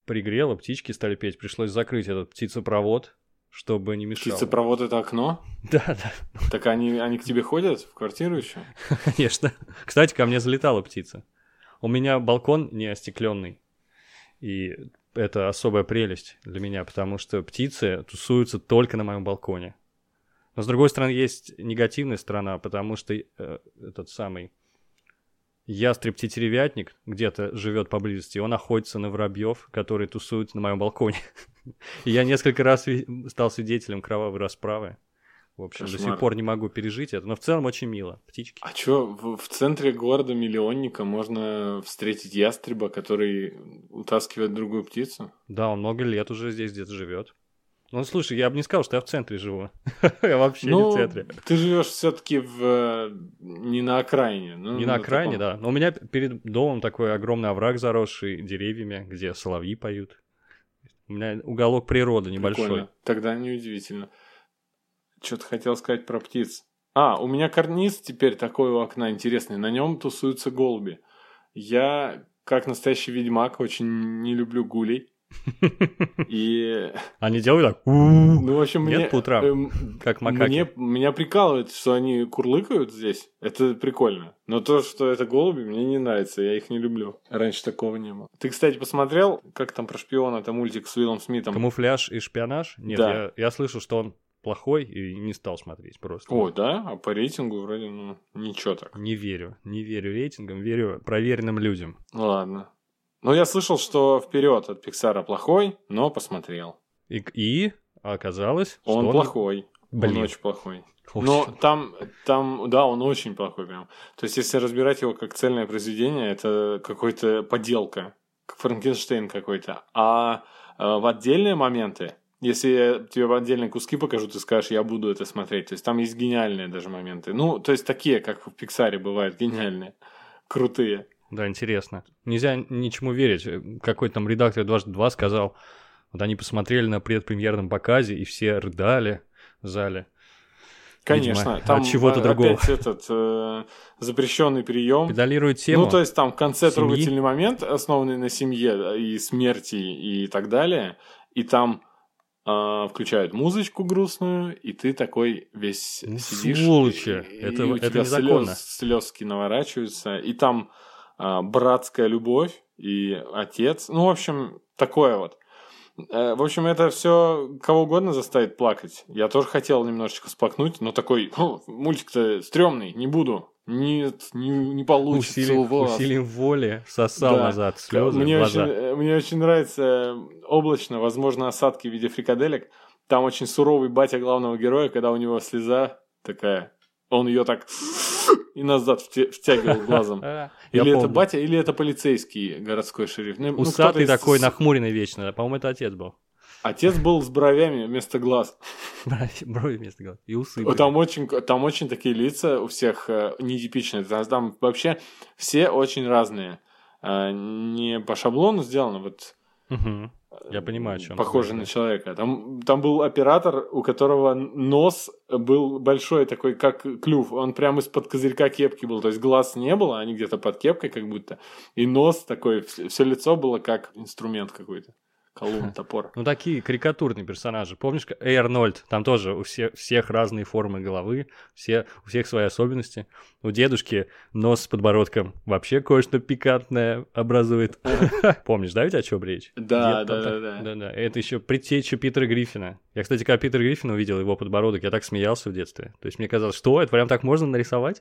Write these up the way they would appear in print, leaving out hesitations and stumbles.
пригрело, птички стали петь. Пришлось закрыть этот птицепровод, чтобы не мешало. Птицепровод — это окно? Да. Так они к тебе ходят в квартиру еще? Конечно. Кстати, ко мне залетала птица. У меня балкон не остекленный. И это особая прелесть для меня, потому что птицы тусуются только на моем балконе. Но, с другой стороны, есть негативная сторона, потому что этот самый ястреб-тетеревятник где-то живет поблизости, он охотится на воробьев, которые тусуются на моем балконе. И я несколько раз стал свидетелем кровавой расправы. В общем, Кошмар. до сих пор не могу пережить это, но в целом очень мило. Птички. А чё, в центре города-миллионника можно встретить ястреба, который утаскивает другую птицу? Да, он много лет уже здесь где-то живет. Ну, слушай, я бы не сказал, что я в центре живу. Я вообще не в центре. Ты живешь все-таки не на окраине. Не на окраине, да. Но у меня перед домом такой огромный овраг, заросший деревьями, где соловьи поют. У меня уголок природы небольшой. Прикольно. Тогда неудивительно. Что-то хотел сказать про птиц. У меня карниз теперь такой у окна интересный. На нем тусуются голуби. Я, как настоящий ведьмак, очень не люблю гулей. И... Они делают так? Ну, в общем, Нет, по утрам, как макаки. Меня прикалывает, что они курлыкают здесь. Это прикольно. Но то, что это голуби, мне не нравится. Я их не люблю. Раньше такого не было. Ты, кстати, посмотрел, как там про шпиона, это мультик с Уиллом Смитом? Камуфляж и шпионаж? Нет, да. я слышал, что он плохой и не стал смотреть просто. О, да? А по рейтингу вроде, ничего так. Не верю рейтингам, верю проверенным людям. Ладно. Но я слышал, что «Вперед» от Пиксара плохой, но посмотрел. И оказалось, что он плохой. Блин. Он очень плохой. Но там, да, он очень плохой прям. То есть, если разбирать его как цельное произведение, это какой-то поделка. Как Франкенштейн какой-то. А в отдельные моменты, если я тебе в отдельные куски покажу, ты скажешь, я буду это смотреть. То есть, там есть гениальные даже моменты. Ну, то есть, такие, как в Пиксаре бывают, гениальные. Крутые. Да, интересно. Нельзя ничему верить. Какой-то там редактор «Дважды два» сказал, вот они посмотрели на предпремьерном показе, и все рыдали в зале. Конечно. Видимо, там от чего-то другого. Опять этот запрещенный прием. Педалирует тему. Ну, то есть, там в конце семьи. трогательный момент, основанный на семье и смерти и так далее. И там включают музычку грустную, и ты такой весь сидишь. Сволочи. Это у тебя незаконно. слезки наворачиваются. И там братская любовь и отец. Ну, в общем, такое вот. В общем, это все кого угодно заставит плакать. Я тоже хотел немножечко всплакнуть, но такой, мультик-то стрёмный, не буду. Нет, не получится у вас. Усилием воли сосал назад слезы в глаза. Мне очень нравится облачно, возможно, осадки в виде фрикаделек. Там очень суровый батя главного героя, когда у него слеза такая, он ее так и назад втягивал глазом. Или это батя, или это полицейский городской шериф. Усатый такой, нахмуренный вечно. По-моему, это отец был. Отец был с бровями вместо глаз. Брови вместо глаз. И усы. Там очень такие лица у всех нетипичные. Там вообще все очень разные. Не по шаблону сделано, вот. Я понимаю, о чем. Похоже на человека. Там был оператор, у которого нос был большой такой, как клюв. Он прямо из-под козырька кепки был. То есть глаз не было, они где-то под кепкой как будто. И нос такой, все лицо было как инструмент какой-то. Колун, топор. Ну, такие карикатурные персонажи. Помнишь, Эй Арнольд? Там тоже у всех разные формы головы, у всех свои особенности. У дедушки нос с подбородком вообще кое-что пикантное образует. Помнишь, да, ведь о чем речь? Да. Это еще предтеча Питера Гриффина. Я, кстати, когда Питера Гриффина увидел, его подбородок, я так смеялся в детстве. То есть мне казалось, что это прям так можно нарисовать?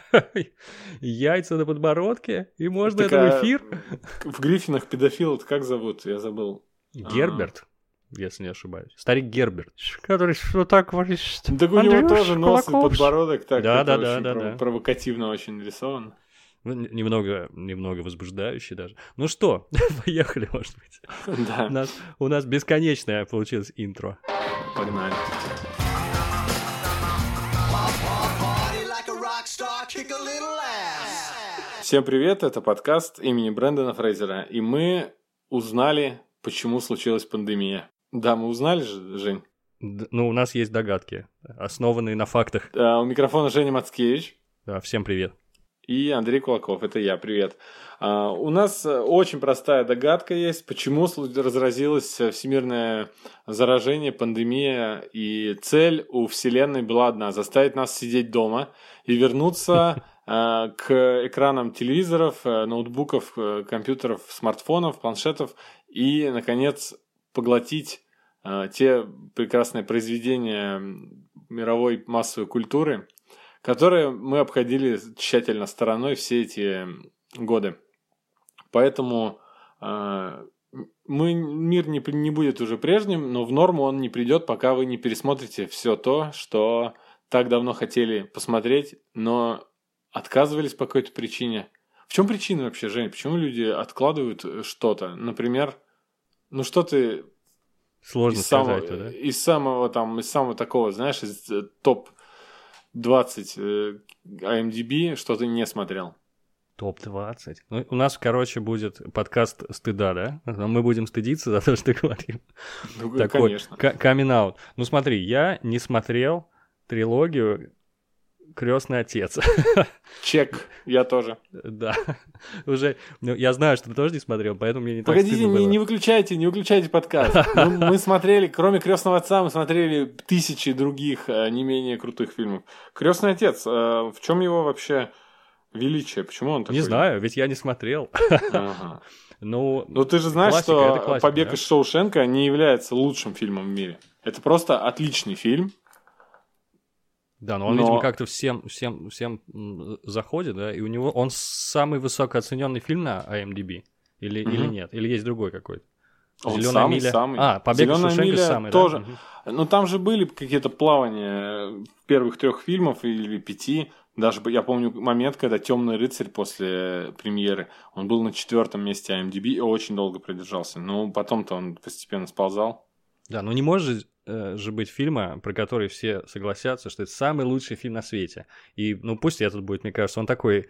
Яйца на подбородке? И можно это в эфир? В Гриффинах педофилов как зовут? Я забыл. Герберт, если не ошибаюсь. Старик Герберт. Который что так говорит? Так у него тоже нос и подбородок так. Да. Провокативно очень нарисован. Немного возбуждающий даже. Ну что, поехали, может быть. Да. У нас бесконечное получилось интро. Погнали. Всем привет, это подкаст имени Брэндона Фрейзера. И мы узнали... Почему случилась пандемия? Да, мы узнали же, Жень? Ну, у нас есть догадки, основанные на фактах. У микрофона Женя Мацкевич. Да, всем привет. И Андрей Кулаков, это я, привет. У нас очень простая догадка есть, почему разразилось всемирное заражение, пандемия, и цель у Вселенной была одна – заставить нас сидеть дома и вернуться к экранам телевизоров, ноутбуков, компьютеров, смартфонов, планшетов и, наконец, поглотить те прекрасные произведения мировой массовой культуры, которые мы обходили тщательно стороной все эти годы. Поэтому мир не будет уже прежним, но в норму он не придет, пока вы не пересмотрите все то, что так давно хотели посмотреть, но отказывались по какой-то причине. В чем причина вообще, Жень? Почему люди откладывают что-то? Например, что ты... Сложно сказать, да? Из самого такого, знаешь, из топ-20 IMDb, что ты не смотрел? Топ-20. Ну, у нас, короче, будет подкаст стыда, да? Мы будем стыдиться за то, что говорим. Ну, такой, конечно. Coming out. Ну, смотри, я не смотрел трилогию «Крестный отец». Чек, я тоже. Да. Уже, я знаю, что ты тоже не смотрел, поэтому мне не так Погодите, стыдно было. не выключайте подкаст. Мы смотрели, кроме «Крестного отца», мы смотрели тысячи других не менее крутых фильмов. «Крестный отец», в чем его вообще... величие, почему он такой? Не знаю, ведь я не смотрел. Ага. Ну, ты же знаешь, классика, что «Побег да? из Шоушенка» не является лучшим фильмом в мире. Это просто отличный фильм. Да, но он, видимо, как-то всем заходит, да, и у него он самый высокооцененный фильм на IMDb или нет? Или есть другой какой-то? «Зелёная миля». «Побег из Шоушенка» самый, тоже. Да? Но там же были какие-то плавания первых 3 фильмов или 5. Даже я помню момент, когда «Темный рыцарь» после премьеры, он был на 4 месте IMDb и очень долго продержался. Но потом-то он постепенно сползал. Да, но не может же быть фильма, про который все согласятся, что это самый лучший фильм на свете. И, пусть этот будет, мне кажется, он такой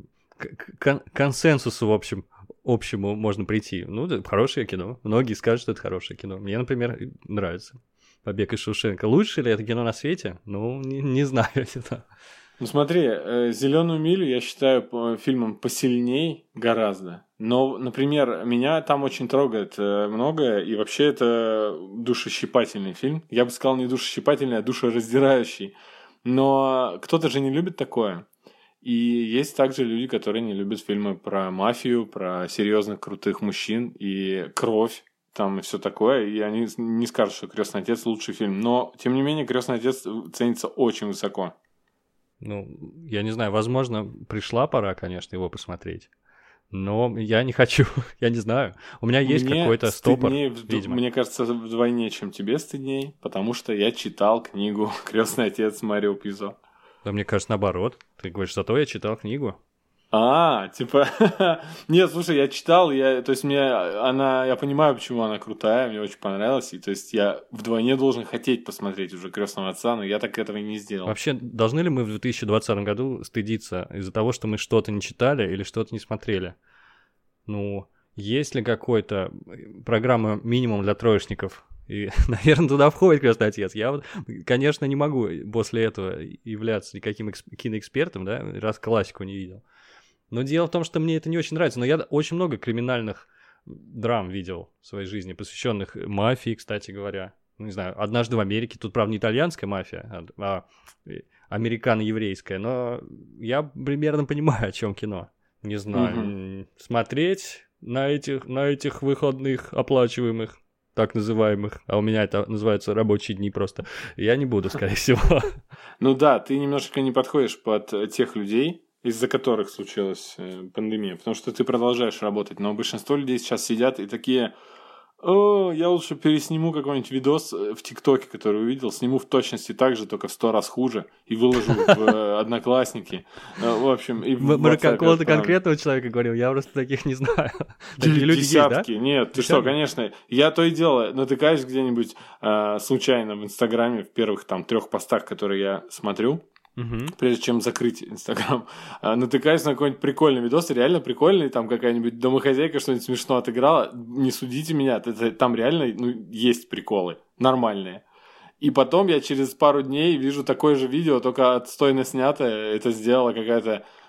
к консенсусу, в общем, общему можно прийти. Хорошее кино. Многие скажут, что это хорошее кино. Мне, например, нравится «Побег из Шоушенка». Лучше ли это кино на свете? Не знаю. Смотри, «Зеленую милю» я считаю фильмом посильней гораздо. Но, например, меня там очень трогает многое, и вообще это душещипательный фильм. Я бы сказал, не душещипательный, а душераздирающий. Но кто-то же не любит такое. И есть также люди, которые не любят фильмы про мафию, про серьезных крутых мужчин и кровь. Там и все такое, и они не скажут, что «Крестный отец» лучший фильм. Но, тем не менее, «Крестный отец» ценится очень высоко. Я не знаю, возможно, пришла пора, конечно, его посмотреть. Но я не хочу, я не знаю. У меня есть какой-то стопор, видимо. Мне кажется, вдвойне, чем тебе стыдней, потому что я читал книгу «Крестный отец» Марио Пизо. Да, мне кажется, наоборот. Ты говоришь, зато я читал книгу. Нет, слушай, я читал, я понимаю, почему она крутая, мне очень понравилась, и то есть я вдвойне должен хотеть посмотреть уже «Крестного отца», но я так этого и не сделал. Вообще, должны ли мы в 2020 году стыдиться из-за того, что мы что-то не читали или что-то не смотрели? Есть ли какой-то программа минимум для троечников? И, наверное, туда входит «Крестный отец». Я конечно, не могу после этого являться никаким киноэкспертом, да, раз классику не видел. Но дело в том, что мне это не очень нравится. Но я очень много криминальных драм видел в своей жизни, посвященных мафии, кстати говоря. Не знаю, «Однажды в Америке». Тут, правда, не итальянская мафия, а американо-еврейская. Но я примерно понимаю, о чем кино. Не знаю, смотреть на этих выходных оплачиваемых, так называемых, а у меня это называется рабочие дни просто, я не буду, скорее всего. Да, ты немножко не подходишь под тех людей, из-за которых случилась пандемия, потому что ты продолжаешь работать, но большинство людей сейчас сидят и такие: я лучше пересниму какой-нибудь видос в ТикТоке, который увидел, сниму в точности так же, только в 100 раз хуже, и выложу в Одноклассники. В общем, и мы какого-то конкретного человека говорил, я просто таких не знаю. Такие люди есть, да? Нет, ты что, конечно. Я то и дело натыкаюсь где-нибудь случайно в Инстаграме, в первых 3 постах, которые я смотрю, прежде чем закрыть Инстаграм, натыкаюсь на какой-нибудь прикольный видос, реально прикольный, там какая-нибудь домохозяйка что-нибудь смешно отыграла, не судите меня, там реально есть приколы, нормальные. И потом я через пару дней вижу такое же видео, только отстойно снятое, это сделала какая-то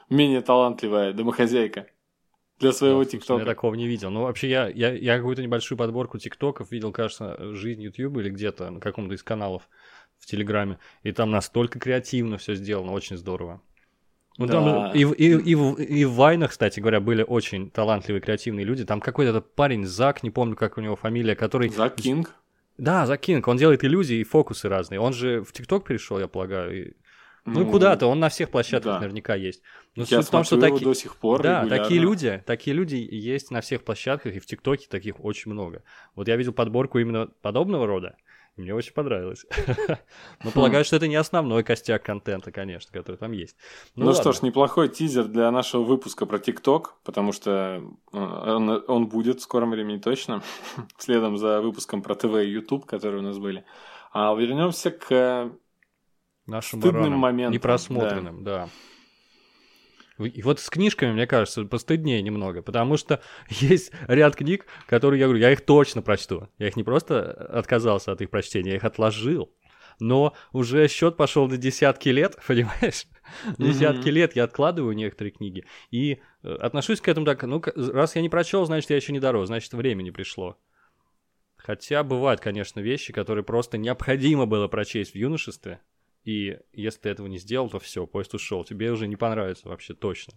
менее талантливая домохозяйка для своего ТикТока. Я такого не видел. Ну, вообще, я какую-то небольшую подборку ТикТоков видел, кажется, «Жизнь Ютьюба» или где-то на каком-то из каналов в Телеграме. И там настолько креативно все сделано, очень здорово. Ну, Да. там и в Вайнах, кстати говоря, были очень талантливые, креативные люди. Там какой-то парень, Зак, не помню, как у него фамилия, который... Зак Кинг? Да, Зак Кинг. Он делает иллюзии и фокусы разные. Он же в ТикТок перешел, я полагаю. Ну, куда-то, он на всех площадках наверняка есть. Но я суть в том, что его до сих пор регулярно. такие люди есть на всех площадках, и в ТикТоке таких очень много. Вот я видел подборку именно подобного рода, и мне очень понравилось. Но полагаю, что это не основной костяк контента, конечно, который там есть. Ну что ж, неплохой тизер для нашего выпуска про ТикТок, потому что он будет в скором времени точно, следом за выпуском про ТВ и Ютуб, которые у нас были. А вернемся к... нашим стыдным моментом. Непросмотренным, да. И вот с книжками, мне кажется, постыднее немного, потому что есть ряд книг, которые, я говорю, я их точно прочту. Я их не просто отказался от их прочтения, я их отложил. Но уже счет пошел на десятки лет, понимаешь? Десятки лет я откладываю некоторые книги. И отношусь к этому так, ну, раз я не прочел, значит, я еще не дорос, значит, время не пришло. Хотя бывают, конечно, вещи, которые просто необходимо было прочесть в юношестве. И если ты этого не сделал, то все, поезд ушел. Тебе уже не понравится вообще точно.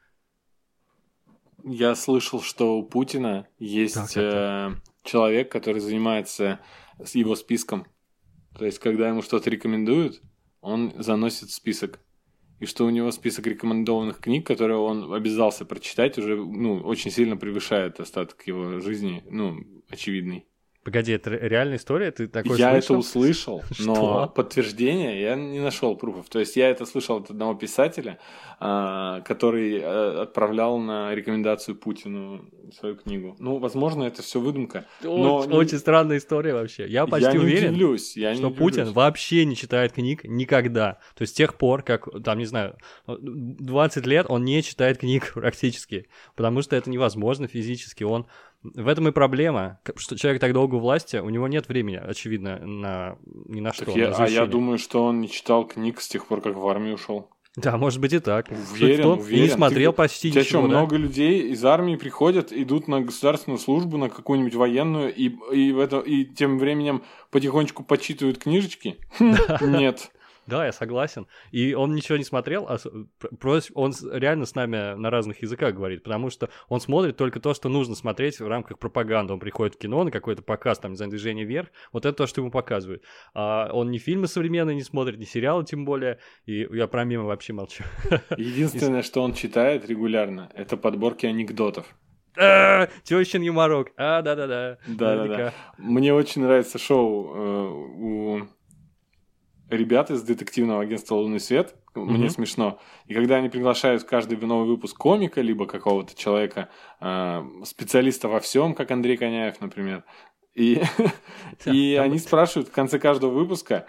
Я слышал, что у Путина есть человек, который занимается с его списком. То есть, когда ему что-то рекомендуют, он заносит список. И что у него список рекомендованных книг, которые он обязался прочитать, уже очень сильно превышает остаток его жизни, очевидный. Погоди, это реальная история? Ты такой слышал? Я это услышал, но подтверждения я не нашел пруфов. То есть я это слышал от одного писателя, который отправлял на рекомендацию Путину свою книгу. Ну, возможно, это все выдумка. Очень странная история вообще. Я почти уверен, что Путин вообще не читает книг никогда. То есть с тех пор, как, там, не знаю, 20 лет он не читает книг практически, потому что это невозможно физически. В этом и проблема, что человек так долго у власти, у него нет времени, очевидно, ни на что. Я думаю, что он не читал книг с тех пор, как в армию ушел. Да, может быть и так. Уверен. И не смотрел почти ничего. У тебя что, много людей из армии приходят, идут на государственную службу, на какую-нибудь военную, и тем временем потихонечку почитывают книжечки? Нет. Да, я согласен. И он ничего не смотрел, он реально с нами на разных языках говорит, потому что он смотрит только то, что нужно смотреть в рамках пропаганды. Он приходит в кино на какой-то показ, там, не знаю, «Движение вверх», вот это то, что ему показывают. А он ни фильмы современные не смотрит, ни сериалы тем более, и я про мемы вообще молчу. Единственное, что он читает регулярно, это подборки анекдотов. Тёщин юморок. Да-да-да. Да-да-да. Мне очень нравится шоу у ребят из детективного агентства «Лунный свет». Мне смешно. И когда они приглашают в каждый новый выпуск комика, либо какого-то человека, специалиста во всем, как Андрей Коняев, например, и они спрашивают в конце каждого выпуска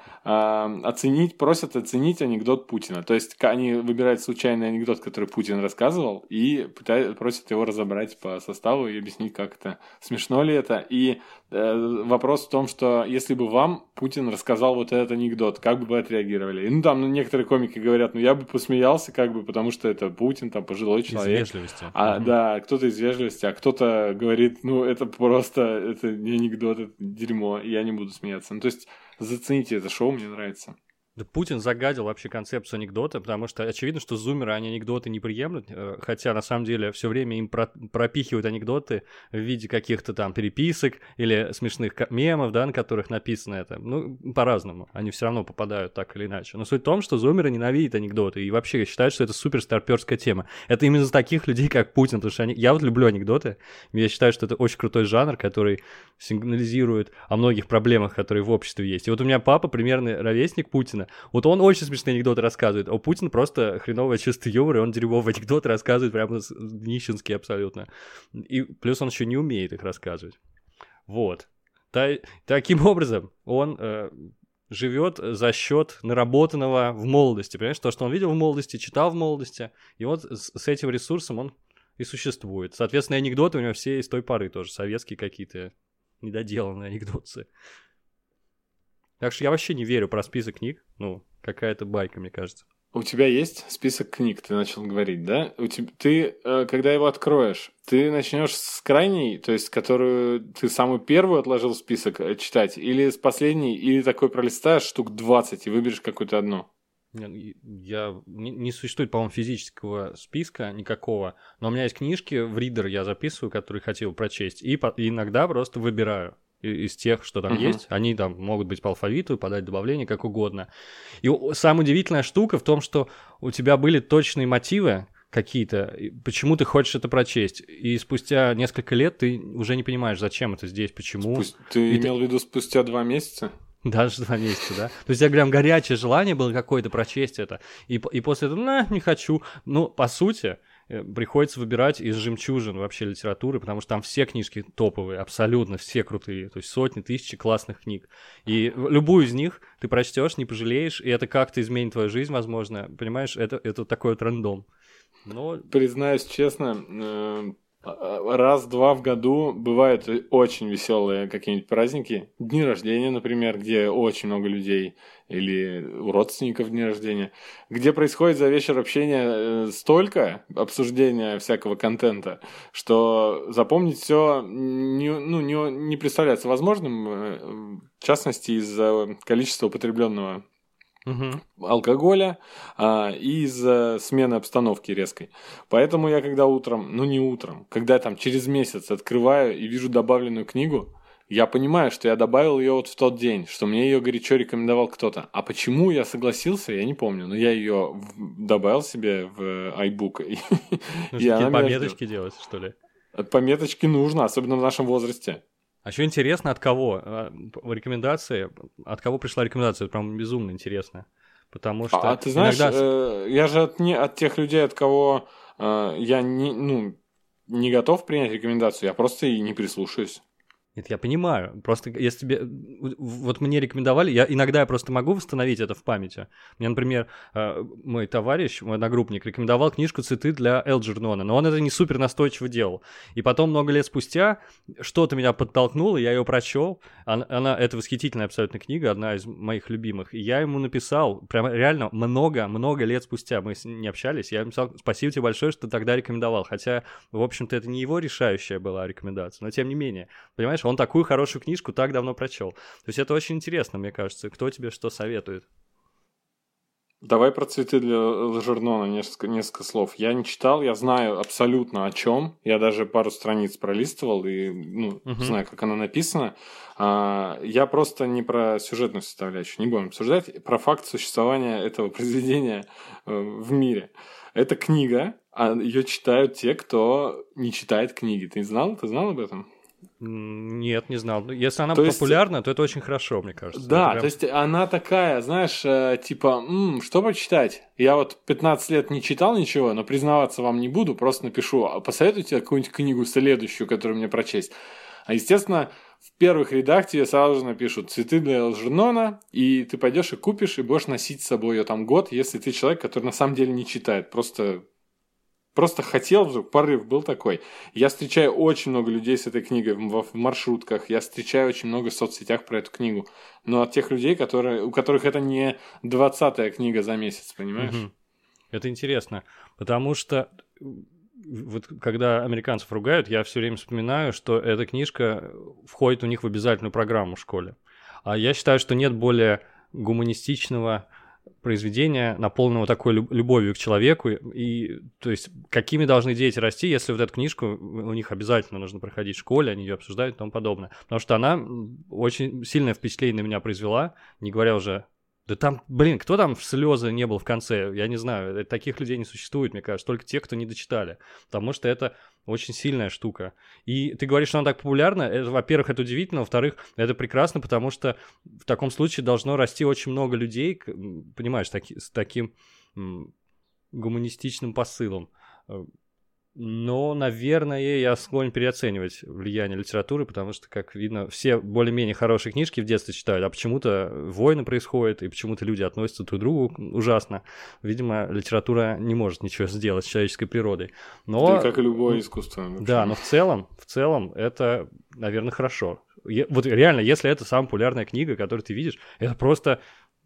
просят оценить анекдот Путина. То есть они выбирают случайный анекдот, который Путин рассказывал, и просят его разобрать по составу и объяснить, как это, смешно ли это. И вопрос в том, что если бы вам Путин рассказал вот этот анекдот, как бы вы отреагировали? И, там некоторые комики говорят, я бы посмеялся, потому что это Путин, там, пожилой человек. Из вежливости. Да, кто-то из вежливости, а кто-то говорит, это просто, это не анекдот, это дерьмо, и я не буду смеяться. То есть зацените это шоу, мне нравится. Да Путин загадил вообще концепцию анекдота, потому что очевидно, что зумеры, они анекдоты не приемлют, хотя на самом деле все время им пропихивают анекдоты в виде каких-то там переписок или смешных мемов, да, на которых написано это. По-разному. Они все равно попадают так или иначе. Но суть в том, что зумеры ненавидят анекдоты и вообще считают, что это супер старпёрская тема. Это именно за таких людей, как Путин, потому что я вот люблю анекдоты. Я считаю, что это очень крутой жанр, который сигнализирует о многих проблемах, которые в обществе есть. И вот у меня папа примерно ровесник Путина. Вот он очень смешные анекдоты рассказывает, а у Путина просто хреновое чувство юмора, и он дерьмовые анекдоты рассказывает прямо нищенские абсолютно. И плюс он еще не умеет их рассказывать. Вот. Таким образом, он живет за счет наработанного в молодости. Понимаешь, то, что он видел в молодости, читал в молодости, и вот с этим ресурсом он и существует. Соответственно, анекдоты у него все из той поры тоже, советские какие-то недоделанные анекдоты. Так что я вообще не верю про список книг. Какая-то байка, мне кажется. У тебя есть список книг, ты начал говорить, да? Ты, когда его откроешь, ты начнешь с крайней, то есть которую ты самую первую отложил в список читать, или с последней, или такой пролистаешь штук 20 и выберешь какую-то одну? Не существует, по-моему, физического списка никакого, но у меня есть книжки в Reader, я записываю, которые хотел прочесть, и иногда просто выбираю из тех, что там есть. Они там могут быть по алфавиту, подать добавление, как угодно. И самая удивительная штука в том, что у тебя были точные мотивы какие-то, почему ты хочешь это прочесть. И спустя несколько лет ты уже не понимаешь, зачем это здесь, почему. Ты имел в виду спустя 2 месяца? Даже 2 месяца, да? То есть я прям горячее желание было какое-то прочесть это. И после этого, не хочу. Ну, по сути, приходится выбирать из жемчужин вообще литературы, потому что там все книжки топовые, абсолютно все крутые. То есть сотни, тысячи классных книг. И любую из них ты прочтешь, не пожалеешь, и это как-то изменит твою жизнь, возможно. Понимаешь, это такой вот рандом. Но... Признаюсь честно, раз-два в году бывают очень веселые какие-нибудь праздники. Дни рождения, например, где очень много людей, или у родственников дни рождения, где происходит за вечер общения столько обсуждения всякого контента, что запомнить все не представляется возможным, в частности, из-за количества употребленного алкоголя и из-за смены обстановки резкой. Поэтому я когда когда я там через месяц открываю и вижу добавленную книгу, я понимаю, что я добавил ее вот в тот день, что мне ее горячо рекомендовал кто-то. А почему я согласился, я не помню, но я ее добавил себе в iBook. Нужно пометочки делать, что ли? Пометочки нужно, особенно в нашем возрасте. А еще интересно, от кого рекомендации, от кого пришла рекомендация, это прям безумно интересно, потому что ты знаешь, я же от тех людей, от кого я не готов принять рекомендацию, я просто и не прислушаюсь. Нет, я понимаю. Просто если тебе... Вот мне рекомендовали, иногда я просто могу восстановить это в памяти. Мне, например, мой товарищ, мой одногруппник, рекомендовал книжку «Цветы» для Элджернона, но он это не супер настойчиво делал. И потом, много лет спустя, что-то меня подтолкнуло, я ее прочел. Это восхитительная абсолютно книга, одна из моих любимых. И я ему написал, прям реально много лет спустя, мы не общались, я ему написал: спасибо тебе большое, что ты тогда рекомендовал. Хотя, в общем-то, это не его решающая была рекомендация, но тем не менее. Понимаешь, он такую хорошую книжку так давно прочел. То есть это очень интересно, мне кажется. Кто тебе что советует? Давай про «Цветы» для Элджернона несколько слов. Я не читал, я знаю абсолютно о чем. Я даже пару страниц пролистывал и знаю, как она написана. Я просто не про сюжетную составляющую, не будем обсуждать, про факт существования этого произведения в мире. Это книга, а ее читают те, кто не читает книги. Ты знал? Ты знал об этом? Нет, не знал. Если она популярна, то это очень хорошо, мне кажется. Да, то есть она такая, знаешь, типа, что почитать? Я вот 15 лет не читал ничего, но признаваться вам не буду, просто напишу: посоветуйте какую-нибудь книгу следующую, которую мне прочесть. А, естественно, в первых рядах тебе сразу же напишут «Цветы для Элджернона», и ты пойдешь и купишь, и будешь носить с собой ее там год, если ты человек, который на самом деле не читает, Просто хотел вдруг, порыв был такой. Я встречаю очень много людей с этой книгой в маршрутках. Я встречаю очень много в соцсетях про эту книгу. Но от тех людей, у которых это не 20-я книга за месяц, понимаешь? Это интересно, потому что вот когда американцев ругают, я все время вспоминаю, что эта книжка входит у них в обязательную программу в школе. А я считаю, что нет более гуманистичного произведения, наполненного такой любовью к человеку, и то есть какими должны дети расти, если вот эту книжку у них обязательно нужно проходить в школе, они ее обсуждают и тому подобное. Потому что она очень сильное впечатление на меня произвела, не говоря уже... Да там, кто там в слезы не был в конце? Я не знаю, таких людей не существует, мне кажется, только те, кто не дочитали. Потому что это очень сильная штука. И ты говоришь, что она так популярна, во-первых, это удивительно, во-вторых, это прекрасно, потому что в таком случае должно расти очень много людей, понимаешь, с таким гуманистичным посылом. Но, наверное, я склонен переоценивать влияние литературы, потому что, как видно, все более-менее хорошие книжки в детстве читают, а почему-то войны происходят, и почему-то люди относятся друг к другу ужасно. Видимо, литература не может ничего сделать с человеческой природой. Но... Да, как и любое искусство. Да, но в целом это, наверное, хорошо. Вот реально, если это самая популярная книга, которую ты видишь, это просто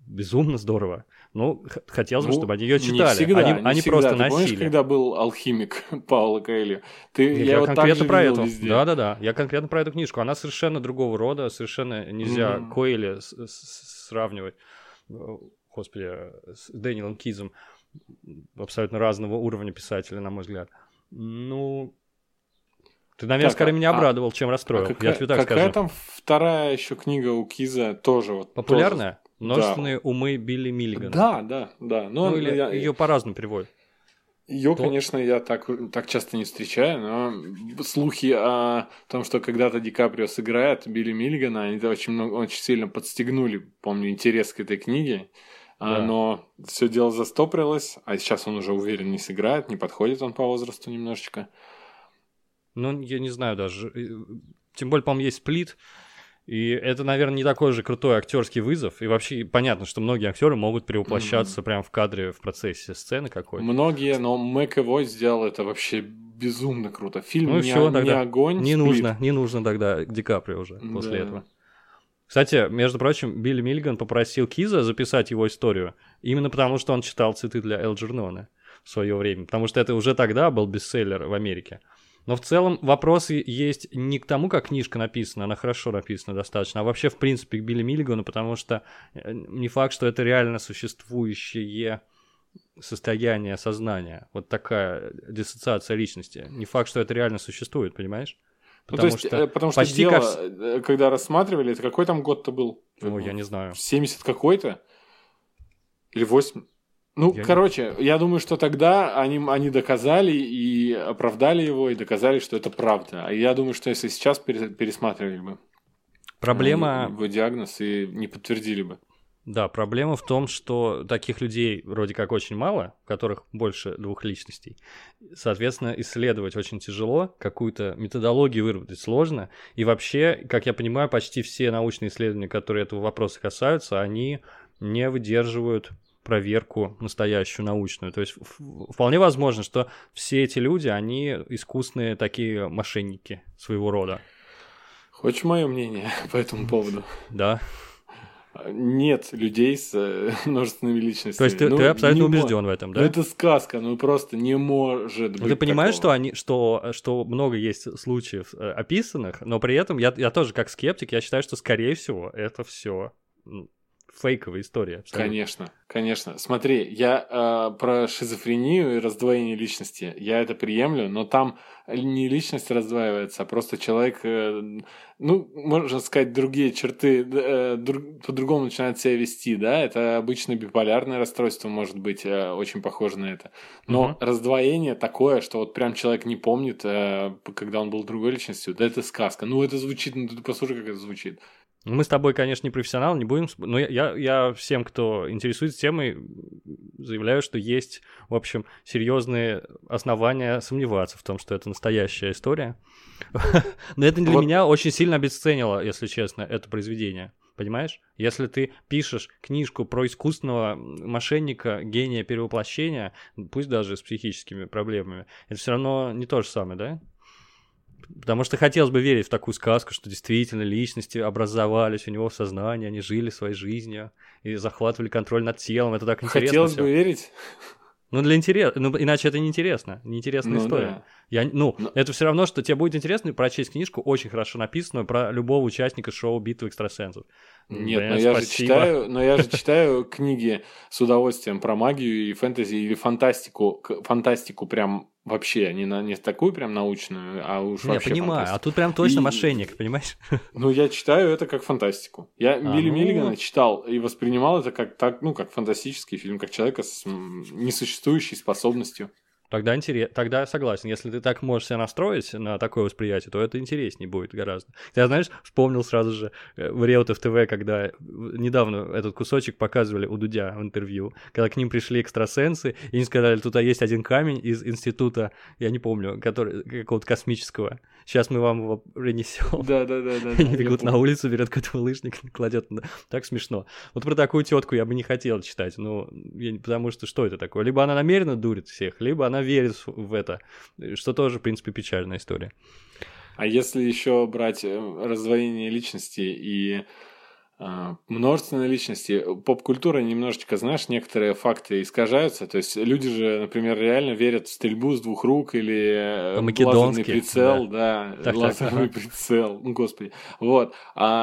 безумно здорово. Ну, хотелось бы, чтобы они ее читали. Не всегда, они просто носили. Помнишь, когда был «Алхимик» Пауло Коэльо? Я вот конкретно про это. Да. Я конкретно про эту книжку. Она совершенно другого рода, совершенно нельзя Коэльо сравнивать, господи, с Дэниелом Кизом. Абсолютно разного уровня писателя, на мой взгляд. Ну, ты, наверное, скорее меня обрадовал, чем расстроил. Я тебе так скажу. Какая там вторая еще книга у Киза тоже вот популярная? «Множественные умы Билли Миллигана». Да. Ну, или ее по-разному переводят. Ее, конечно, я так часто не встречаю, но слухи о том, что когда-то Ди Каприо сыграет Билли Миллигана, они очень сильно подстегнули, помню, интерес к этой книге. Да. Но все дело застопорилось, а сейчас он уже уверен не сыграет, не подходит он по возрасту немножечко. Ну, я не знаю даже. Тем более, по-моему, есть «Сплит». И это, наверное, не такой же крутой актерский вызов. И вообще понятно, что многие актеры могут перевоплощаться прямо в кадре в процессе сцены какой-то. Многие, но МcAvoy сделал это вообще безумно круто. Фильм не огонь. Не нужно тогда Ди Каприо уже после этого. Кстати, между прочим, Билли Миллиган попросил Киза записать его историю именно потому, что он читал «Цветы для Элджернона» в свое время. Потому что это уже тогда был бестселлер в Америке. Но в целом вопросы есть не к тому, как книжка написана, она хорошо написана достаточно, а вообще в принципе к Билли Миллигану, потому что не факт, что это реально существующее состояние сознания. Вот такая диссоциация личности. Не факт, что это реально существует, понимаешь? Потому что дело, когда рассматривали, это какой там год-то был? Ой, я не знаю. 70 какой-то? Или 8? Я думаю, что тогда они доказали и оправдали его, и доказали, что это правда. А я думаю, что если сейчас пересматривали бы его диагноз и не подтвердили бы. Да, проблема в том, что таких людей вроде как очень мало, у которых больше 2 личностей. Соответственно, исследовать очень тяжело, какую-то методологию выработать сложно. И вообще, как я понимаю, почти все научные исследования, которые этого вопроса касаются, они не выдерживают проверку настоящую научную. То есть вполне возможно, что все эти люди, они искусные такие мошенники своего рода. Хочешь мое мнение по этому поводу? Да. Нет людей с множественными личностями. То есть ты абсолютно убежден в этом, да? Ну это сказка, просто не может быть. Ты понимаешь, что много есть случаев описанных, но при этом я тоже как скептик, я считаю, что скорее всего это все фейковая история. Абсолютно. Конечно. Смотри, я про шизофрению и раздвоение личности, я это приемлю, но там не личность раздваивается, а просто человек, можно сказать, другие черты по-другому начинает себя вести, да, это обычно биполярное расстройство может быть очень похоже на это. Но раздвоение такое, что вот прям человек не помнит, когда он был другой личностью, да это сказка. Это звучит, ты послушай, как это звучит. Мы с тобой, конечно, не профессионалы, не будем... Но я всем, кто интересуется темой, заявляю, что есть, в общем, серьезные основания сомневаться в том, что это настоящая история. Но это для меня очень сильно обесценило, если честно, это произведение. Понимаешь? Если ты пишешь книжку про искусственного мошенника, гения перевоплощения, пусть даже с психическими проблемами, это все равно не то же самое, да? Потому что хотелось бы верить в такую сказку, что действительно личности образовались у него в сознании, они жили своей жизнью и захватывали контроль над телом. Это так интересно. Хотелось бы верить. Для интереса. Иначе это неинтересно. Неинтересная история. Да. Это все равно, что тебе будет интересно прочесть книжку, очень хорошо написанную, про любого участника шоу «Битвы экстрасенсов». Нет, но я же читаю книги с удовольствием про магию и фэнтези или фантастику прям вообще, не такую прям научную, а уж вообще понимаю, фантастику. А тут прям точно мошенник, понимаешь? Я читаю это как фантастику. Я Билли Миллигана читал и воспринимал это как фантастический фильм, как человека с несуществующей способностью. Тогда согласен. Если ты так можешь себя настроить на такое восприятие, то это интереснее будет гораздо. Я, знаешь, вспомнил сразу же в Реутов ТВ, когда недавно этот кусочек показывали у Дудя в интервью, когда к ним пришли экстрасенсы, и они сказали, тут есть один камень из института, я не помню, какого-то космического. Сейчас мы вам его принесем. Да. Они бегут на улицу, берет какой-то лыжник, кладет. Так смешно. Вот про такую тетку я бы не хотел читать, потому что это такое? Либо она намеренно дурит всех, либо она верит в это, что тоже, в принципе, печальная история. А если еще брать раздвоение личности и множественные личности. Поп-культура немножечко, знаешь, некоторые факты искажаются. То есть люди же, например, реально верят в стрельбу с 2 рук или лазерный прицел. Да, лазерный прицел. Ну, господи. Вот.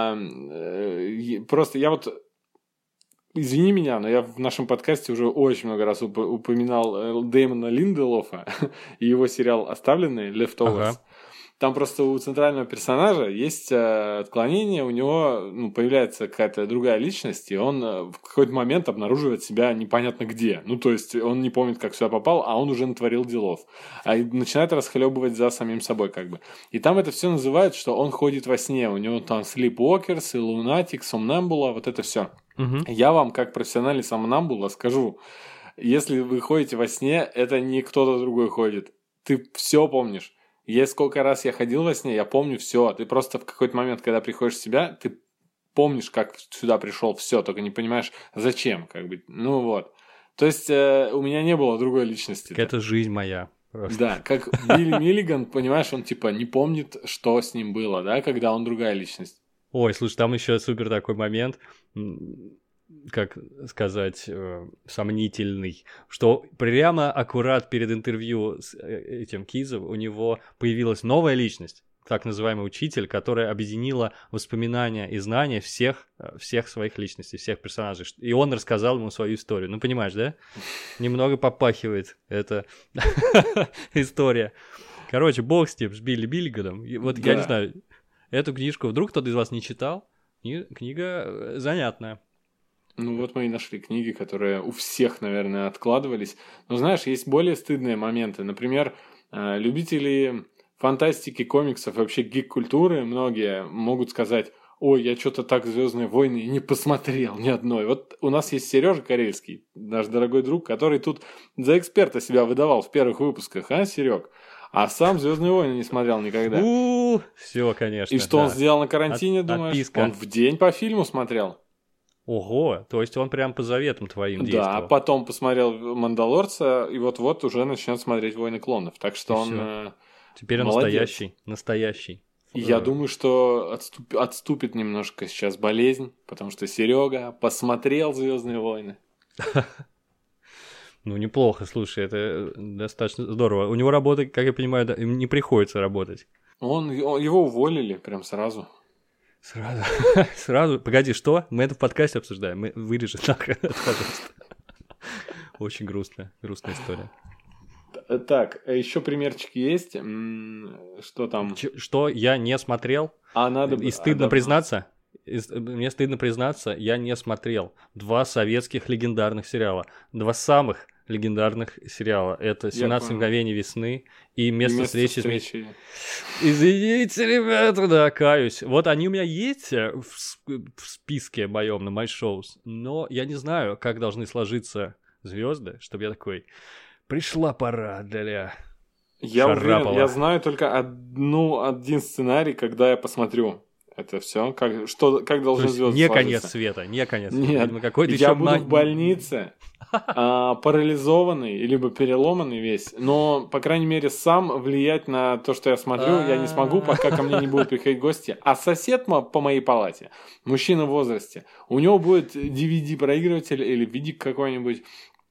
Просто я вот... Извини меня, но я в нашем подкасте уже очень много раз упоминал Дэймона Линделофа и его сериал «Оставленные» Leftovers. Ага. Там просто у центрального персонажа есть отклонение, у него появляется какая-то другая личность, и он в какой-то момент обнаруживает себя непонятно где. Ну, то есть он не помнит, как сюда попал, а он уже натворил делов. И начинает расхлебывать за самим собой как бы. И там это все называют, что он ходит во сне. У него там Sleepwalkers, Lunatic, Somnambula, вот это все. Угу. Я вам, как профессиональный сомнамбула, скажу, если вы ходите во сне, это не кто-то другой ходит. Ты все помнишь. Сколько раз я ходил во сне, я помню все. Ты просто в какой-то момент, когда приходишь в себя, ты помнишь, как сюда пришел, все, только не понимаешь, зачем, как бы. Ну вот. То есть у меня не было другой личности. Это жизнь моя. Просто. Да, как Билли Миллиган, понимаешь, он типа не помнит, что с ним было, да, когда он другая личность. Ой, слушай, там еще супер такой момент, как сказать, сомнительный, что прямо аккурат перед интервью с этим Кизом у него появилась новая личность, так называемый учитель, которая объединила воспоминания и знания всех своих личностей, всех персонажей. И он рассказал ему свою историю. Ну, понимаешь, да? Немного попахивает эта история. Короче, бог с тем, с Билли Миллиганом. Вот я не знаю, эту книжку вдруг кто-то из вас не читал? Книга занятная. Ну вот мы и нашли книги, которые у всех, наверное, откладывались. Но знаешь, есть более стыдные моменты. Например, любители фантастики, комиксов и вообще гик-культуры многие могут сказать: ой, я что-то так «Звездные войны» не посмотрел ни одной. Вот у нас есть Сережа Карельский, наш дорогой друг, который тут за эксперта себя выдавал в первых выпусках, а, Серег? А сам «Звездные войны» не смотрел никогда. Все, конечно. И что он сделал на карантине, думаешь? Отписка. Он в день по фильму смотрел. Ого, то есть он прям по заветам твоим действовал. Да, потом посмотрел «Мандалорца», и вот-вот уже начнет смотреть «Войны клонов». Так что он теперь он настоящий. Я думаю, что отступит немножко сейчас болезнь, потому что Серега посмотрел «Звездные войны». Ну, неплохо, слушай, это достаточно здорово. У него работы, как я понимаю, не приходится работать. Его уволили прям сразу. Сразу? Погоди, что? Мы это в подкасте обсуждаем. Мы вырежем нахрен это, пожалуйста. Очень грустная история. Так, еще примерчики есть. Что там? Что я не смотрел? И стыдно признаться? Мне стыдно признаться, я не смотрел 2 советских легендарных сериала. 2 самых легендарных сериала. Это «17 мгновений весны» и «Место встречи». Извините, ребята, да, каюсь. Вот они у меня есть в списке моем на My Shows, но я не знаю, как должны сложиться звезды, чтобы я такой: пришла пора для Шарапова. Я знаю только один сценарий, когда я посмотрю. Это все? Как должны звезды не сложиться? Конец света, не конец света. Нет, я буду в больнице, парализованный, либо переломанный весь, но, по крайней мере, сам влиять на то, что я смотрю, я не смогу, пока ко мне не будут приходить гости. А сосед по моей палате, мужчина в возрасте, у него будет DVD-проигрыватель или видик какой-нибудь,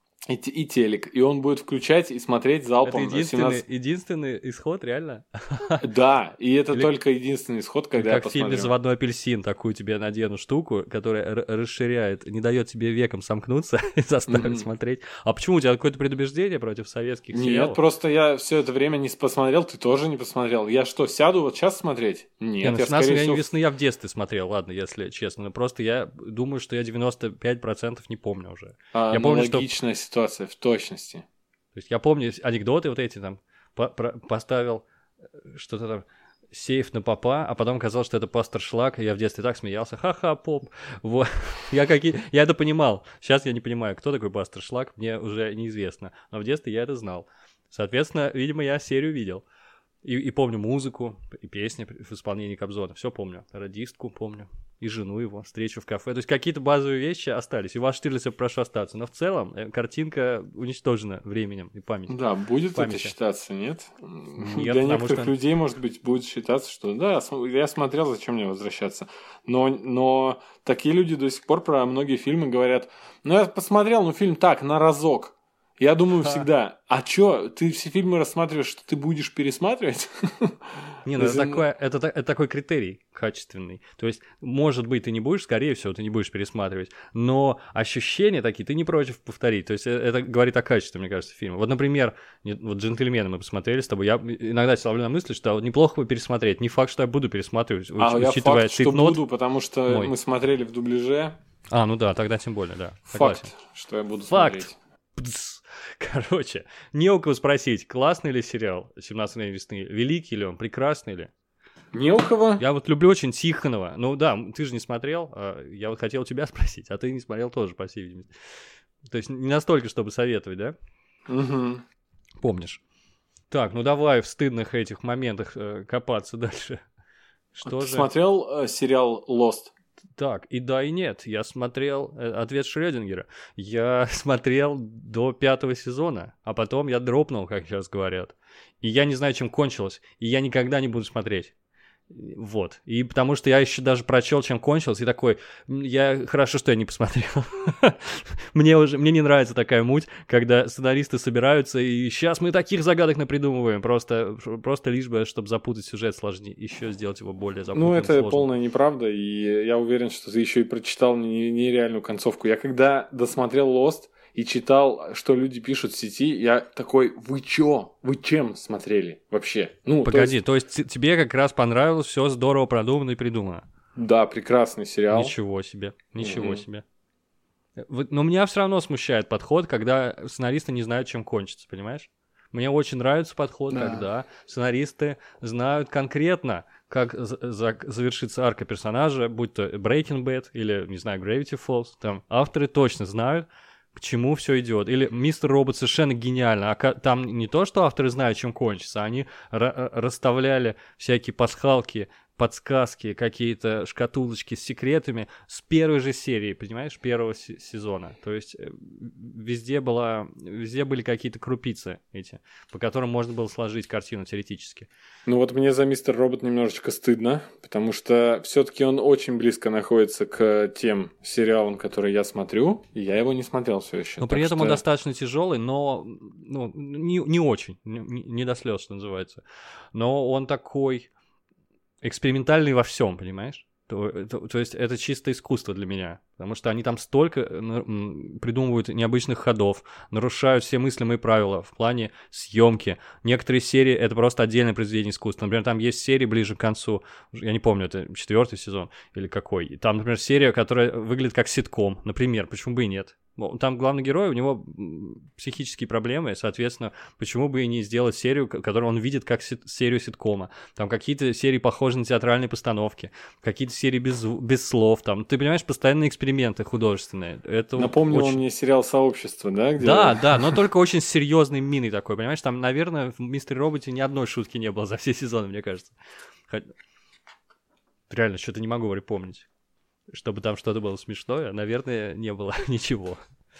и телек, и он будет включать и смотреть залпом. Это единственный исход, реально? Да, и это только единственный исход, когда я посмотрю. Как в фильме «Заводной апельсин», такую тебе надену штуку, которая расширяет, не дает тебе веком сомкнуться и заставит смотреть. А почему у тебя какое-то предубеждение против советских сериалов? Нет, просто я все это время не посмотрел, ты тоже не посмотрел. Я что, сяду вот сейчас смотреть? Нет, я скорее всего... весны я в детстве смотрел, ладно, если честно, но просто я думаю, что я 95% не помню уже. Я помню, что... ситуация в точности. То есть я помню анекдоты вот эти там, поставил что-то там, сейф на попа, а потом казалось, что это пастор Шлак, и я в детстве так смеялся, ха-ха, поп. Вот. Я это понимал. Сейчас я не понимаю, кто такой пастор Шлак, мне уже неизвестно. Но в детстве я это знал. Соответственно, видимо, я серию видел. И помню музыку, и песни в исполнении Кобзона. Все помню. Радистку помню. и жену его, встречу в кафе. То есть какие-то базовые вещи остались. И у вас Штирлица прошу остаться. Но в целом картинка уничтожена временем и памятью. Да, будет это считаться, нет? Нет, для некоторых людей, может быть, будет считаться, что да, я смотрел, зачем мне возвращаться. Но такие люди до сих пор про многие фильмы говорят, ну я посмотрел, фильм так, на разок. Я думаю всегда, а чё, ты все фильмы рассматриваешь, что ты будешь пересматривать? Не, ну это такой критерий качественный. То есть, может быть, ты не будешь, скорее всего, ты не будешь пересматривать, но ощущения такие ты не против повторить. То есть, это говорит о качестве, мне кажется, фильма. Вот, например, вот «Джентльмены» мы посмотрели с тобой, я иногда ставлю на мысль, что неплохо бы пересмотреть. Не факт, что я буду пересматривать, учитывая факт, что буду, потому что мы смотрели в дубляже. Ну да, тогда тем более, да. Факт, что я буду смотреть. Короче, не у кого спросить, классный ли сериал «17 мгновений весны», великий ли он, прекрасный ли? Не у кого. Я вот люблю очень Тихонова. Ну да, ты же не смотрел, я вот хотел тебя спросить, а ты не смотрел тоже, по всей видимости. То есть не настолько, чтобы советовать, да? Угу. Помнишь. Так, ну давай в стыдных этих моментах копаться дальше. Что ты смотрел сериал «Lost»? Так, и да, и нет. Я смотрел «Ответ Шрёдингера». Я смотрел до 5-го сезона, а потом я дропнул, как сейчас говорят. И я не знаю, чем кончилось. И я никогда не буду смотреть. Вот. И потому что я еще даже прочел, чем кончилось, и такой, хорошо, что я не посмотрел. Мне не нравится такая муть, когда сценаристы собираются, и сейчас мы таких загадок напридумываем, просто лишь бы, чтобы запутать сюжет сложнее, еще сделать его более запутанным. Ну, это полная неправда, и я уверен, что ты еще и прочитал нереальную концовку. Я когда досмотрел Lost и читал, что люди пишут в сети, я такой, вы чё? Вы чем смотрели вообще? Погоди, то есть тебе как раз понравилось, все здорово продумано и придумано? Да, прекрасный сериал. Ничего себе. Но меня все равно смущает подход, когда сценаристы не знают, чем кончится, понимаешь? Мне очень нравится подход, когда сценаристы знают конкретно, как завершится арка персонажа, будь то Breaking Bad или, не знаю, Gravity Falls. Там авторы точно знают, к чему все идет. Или «Мистер Робот» совершенно гениально. Там не то, что авторы знают, чем кончится, они расставляли всякие пасхалки, подсказки, какие-то шкатулочки с секретами с первой же серии, понимаешь, первого сезона. То есть везде были какие-то крупицы эти, по которым можно было сложить картину теоретически. Ну вот мне за «Мистер Робот» немножечко стыдно, потому что все-таки он очень близко находится к тем сериалам, которые я смотрю, и я его не смотрел все еще. Но при этом он достаточно тяжелый, но не очень, не до слез, что называется. Но он такой экспериментальный во всем, понимаешь? То есть это чисто искусство для меня, потому что они там столько придумывают необычных ходов, нарушают все мыслимые правила в плане съемки. Некоторые серии — это просто отдельное произведение искусства. Например, там есть серии ближе к концу, я не помню, это 4-й сезон или какой. И там, например, серия, которая выглядит как ситком, например, почему бы и нет? Там главный герой, у него психические проблемы, соответственно, почему бы и не сделать серию, которую он видит как серию ситкома. Там какие-то серии похожи на театральные постановки, какие-то серии без слов. Там, ты понимаешь, постоянные эксперименты художественные. Напомнил он мне сериал «Сообщество», да? Да, но только очень серьезной миной такой, понимаешь? Там, наверное, в «Мистере Роботе» ни одной шутки не было за все сезоны, мне кажется. Реально, что-то не могу припомнить. Чтобы там что-то было смешное, наверное, не было ничего.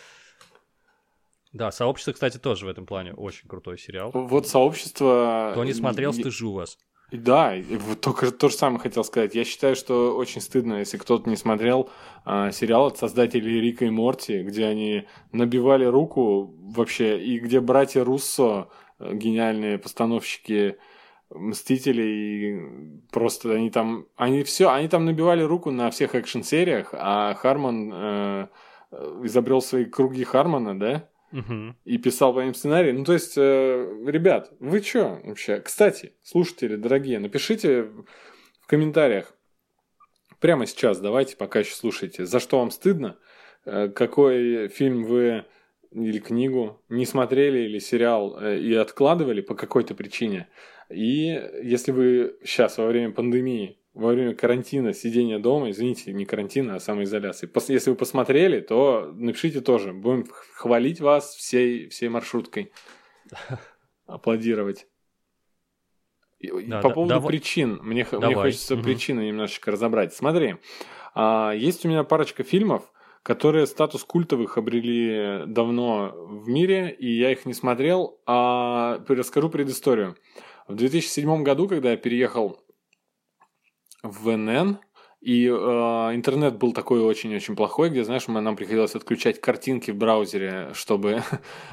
Да, «Сообщество», кстати, тоже в этом плане очень крутой сериал. Вот «Сообщество». Кто не смотрел, стыжу вас. Да, только то же самое хотел сказать. Я считаю, что очень стыдно, если кто-то не смотрел сериал от создателей «Рика и Морти», где они набивали руку вообще, и где братья Руссо, гениальные постановщики «Мстителей», просто они там набивали руку на всех экшн-сериях, а Хармон изобрел свои круги Хармона, да? Угу. И писал по ним сценарий. Ну, то есть, ребят, вы чё вообще? Кстати, слушатели дорогие, напишите в комментариях прямо сейчас, давайте, пока еще слушаете, за что вам стыдно, какой фильм вы или книгу не смотрели, или сериал и откладывали по какой-то причине. И если вы сейчас во время пандемии, во время карантина, сидения дома, извините, не карантина, а самоизоляции, если вы посмотрели, то напишите тоже. Будем хвалить вас всей маршруткой. Аплодировать. По поводу причин. Мне хочется причины немножечко разобрать. Смотри, Есть у меня парочка фильмов, которые статус культовых обрели давно в мире, и я их не смотрел, расскажу предысторию. В 2007 году, когда я переехал в НН, и интернет был такой очень-очень плохой, где, знаешь, нам приходилось отключать картинки в браузере, чтобы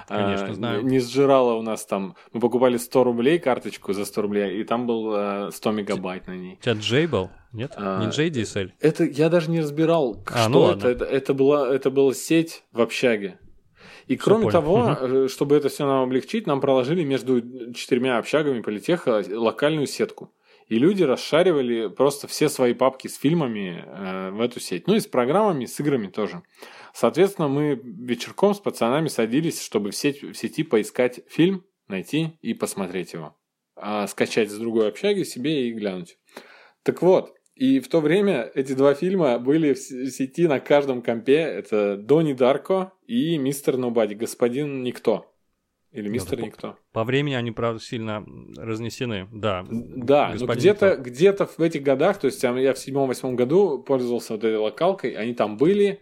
не сжирало у нас там. Мы покупали 100 рублей карточку за 100 рублей, и там был 100 мегабайт на ней. У тебя J был? Нет? Не JDSL? Это я даже не разбирал, что ну это. Это была сеть в общаге. И кроме того, чтобы это все нам облегчить, нам проложили между 4 общагами политеха локальную сетку. И люди расшаривали просто все свои папки с фильмами в эту сеть. Ну и с программами, с играми тоже. Соответственно, мы вечерком с пацанами садились, чтобы в сети поискать фильм, найти и посмотреть его. Скачать с другой общаги себе и глянуть. Так вот, и в то время эти два фильма были в сети на каждом компе. Это «Донни Дарко» и «Мистер Нобади», «Господин Никто». Или «Мистер Никто». По времени они, правда, сильно разнесены, да. Да, но где-то в этих годах, то есть я в 7-8 году пользовался вот этой локалкой, они там были.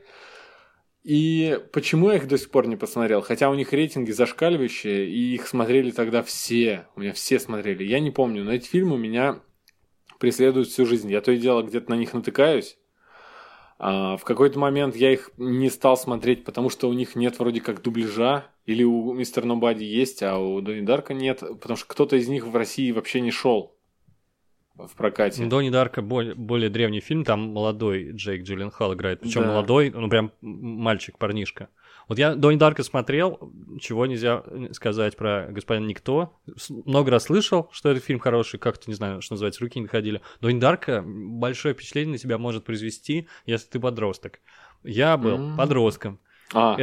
И почему я их до сих пор не посмотрел? Хотя у них рейтинги зашкаливающие, и их смотрели тогда все. У меня все смотрели. Я не помню, но эти фильмы меня преследуют всю жизнь. Я то и дело где-то на них натыкаюсь. В какой-то момент я их не стал смотреть, потому что у них нет вроде как дубляжа. Или у Мистер Нобади есть, а у Донни Дарка нет. Потому что кто-то из них в России вообще не шел в прокате. Донни Дарка более древний фильм, там молодой Джейк Джилленхол играет. Причем молодой, ну прям мальчик, парнишка. Вот я Донни Дарка смотрел, чего нельзя сказать про «Господин Никто». Много раз слышал, что этот фильм хороший, как-то, не знаю, что называется, руки не доходили. Донни Дарка большое впечатление на тебя может произвести, если ты подросток. Я был подростком. Я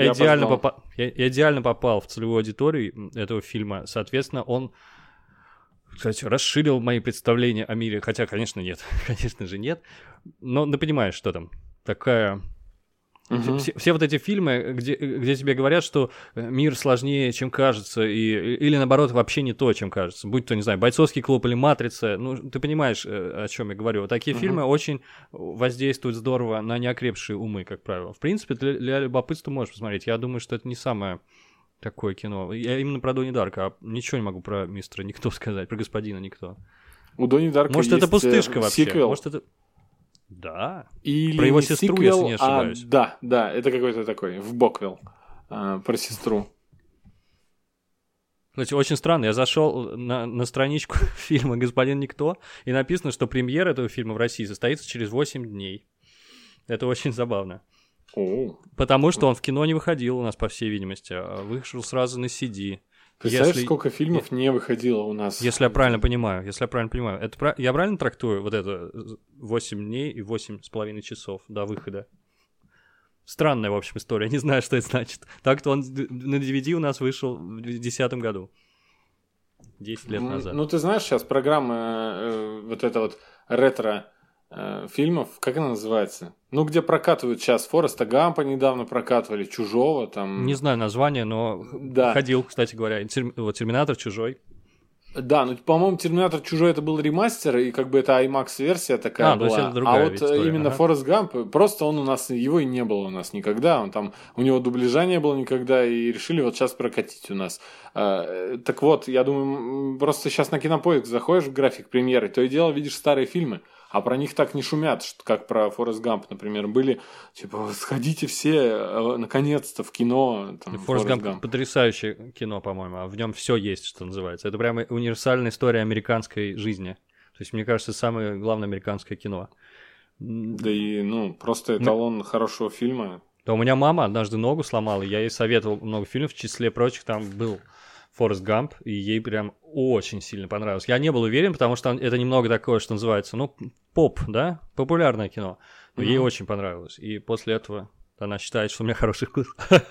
идеально попал в целевую аудиторию этого фильма. Соответственно, он, кстати, расширил мои представления о мире. Хотя, конечно, нет. Конечно же, нет. Но ты понимаешь, что там такая... Все вот эти фильмы, где тебе говорят, что мир сложнее, чем кажется, или наоборот, вообще не то, чем кажется. Будь то, не знаю, «Бойцовский клуб» или «Матрица». Ну, ты понимаешь, о чем я говорю. Вот такие фильмы очень воздействуют здорово на неокрепшие умы, как правило. В принципе, для любопытства можешь посмотреть. Я думаю, что это не самое такое кино. Я именно про Донни Дарка, а ничего не могу про «Мистера Никто» сказать, про «Господина Никто». У Донни Дарка может, есть это пустышка вообще? Сиквел. Может, это... Да. Или про его сестру, сиквел, если не ошибаюсь. Да, это какой-то такой, в Боквилл, про сестру. Кстати, очень странно, я зашел на страничку фильма «Господин Никто», и написано, что премьера этого фильма в России состоится через 8 дней. Это очень забавно. Потому что он в кино не выходил у нас, по всей видимости, а вышел сразу на CD. Представляешь, сколько фильмов не выходило у нас? Если я правильно понимаю. Это я правильно трактую вот это 8 дней и 8,5 часов до выхода? Странная, в общем, история. Не знаю, что это значит. Так-то он на DVD у нас вышел в 2010 году. 10 лет назад. Ну, ты знаешь, сейчас программа вот эта вот ретро фильмов, как она называется? Ну, где прокатывают сейчас Фореста Гампа недавно прокатывали, Чужого там. Не знаю название, но ходил, кстати говоря. Вот «Терминатор», «Чужой». Да, ну, по-моему, «Терминатор Чужой» это был ремастер, и как бы это IMAX-версия такая была. Это другая вот история. Именно Форест Гамп, просто он у нас, его и не было у нас никогда. Он там, у него дубляжа не было никогда, и решили вот сейчас прокатить у нас. Так вот, я думаю, просто сейчас на Кинопоиск заходишь в график премьеры, то и дело видишь старые фильмы. А про них так не шумят, как про Форест Гамп, например, были, типа, сходите все, наконец-то, в кино. Форест Гамп потрясающее кино, по-моему, а в нем все есть, что называется. Это прямо универсальная история американской жизни. То есть, мне кажется, самое главное американское кино. Да и, просто эталон хорошего фильма. Да, у меня мама однажды ногу сломала, я ей советовал много фильмов, в числе прочих там был Форест Гамп, и ей прям очень сильно понравилось. Я не был уверен, потому что это немного такое, что называется, поп, да, популярное кино. Но ей очень понравилось. И после этого она считает, что у меня хороший вкус.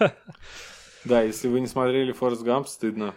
Да, если вы не смотрели Форест Гамп, стыдно.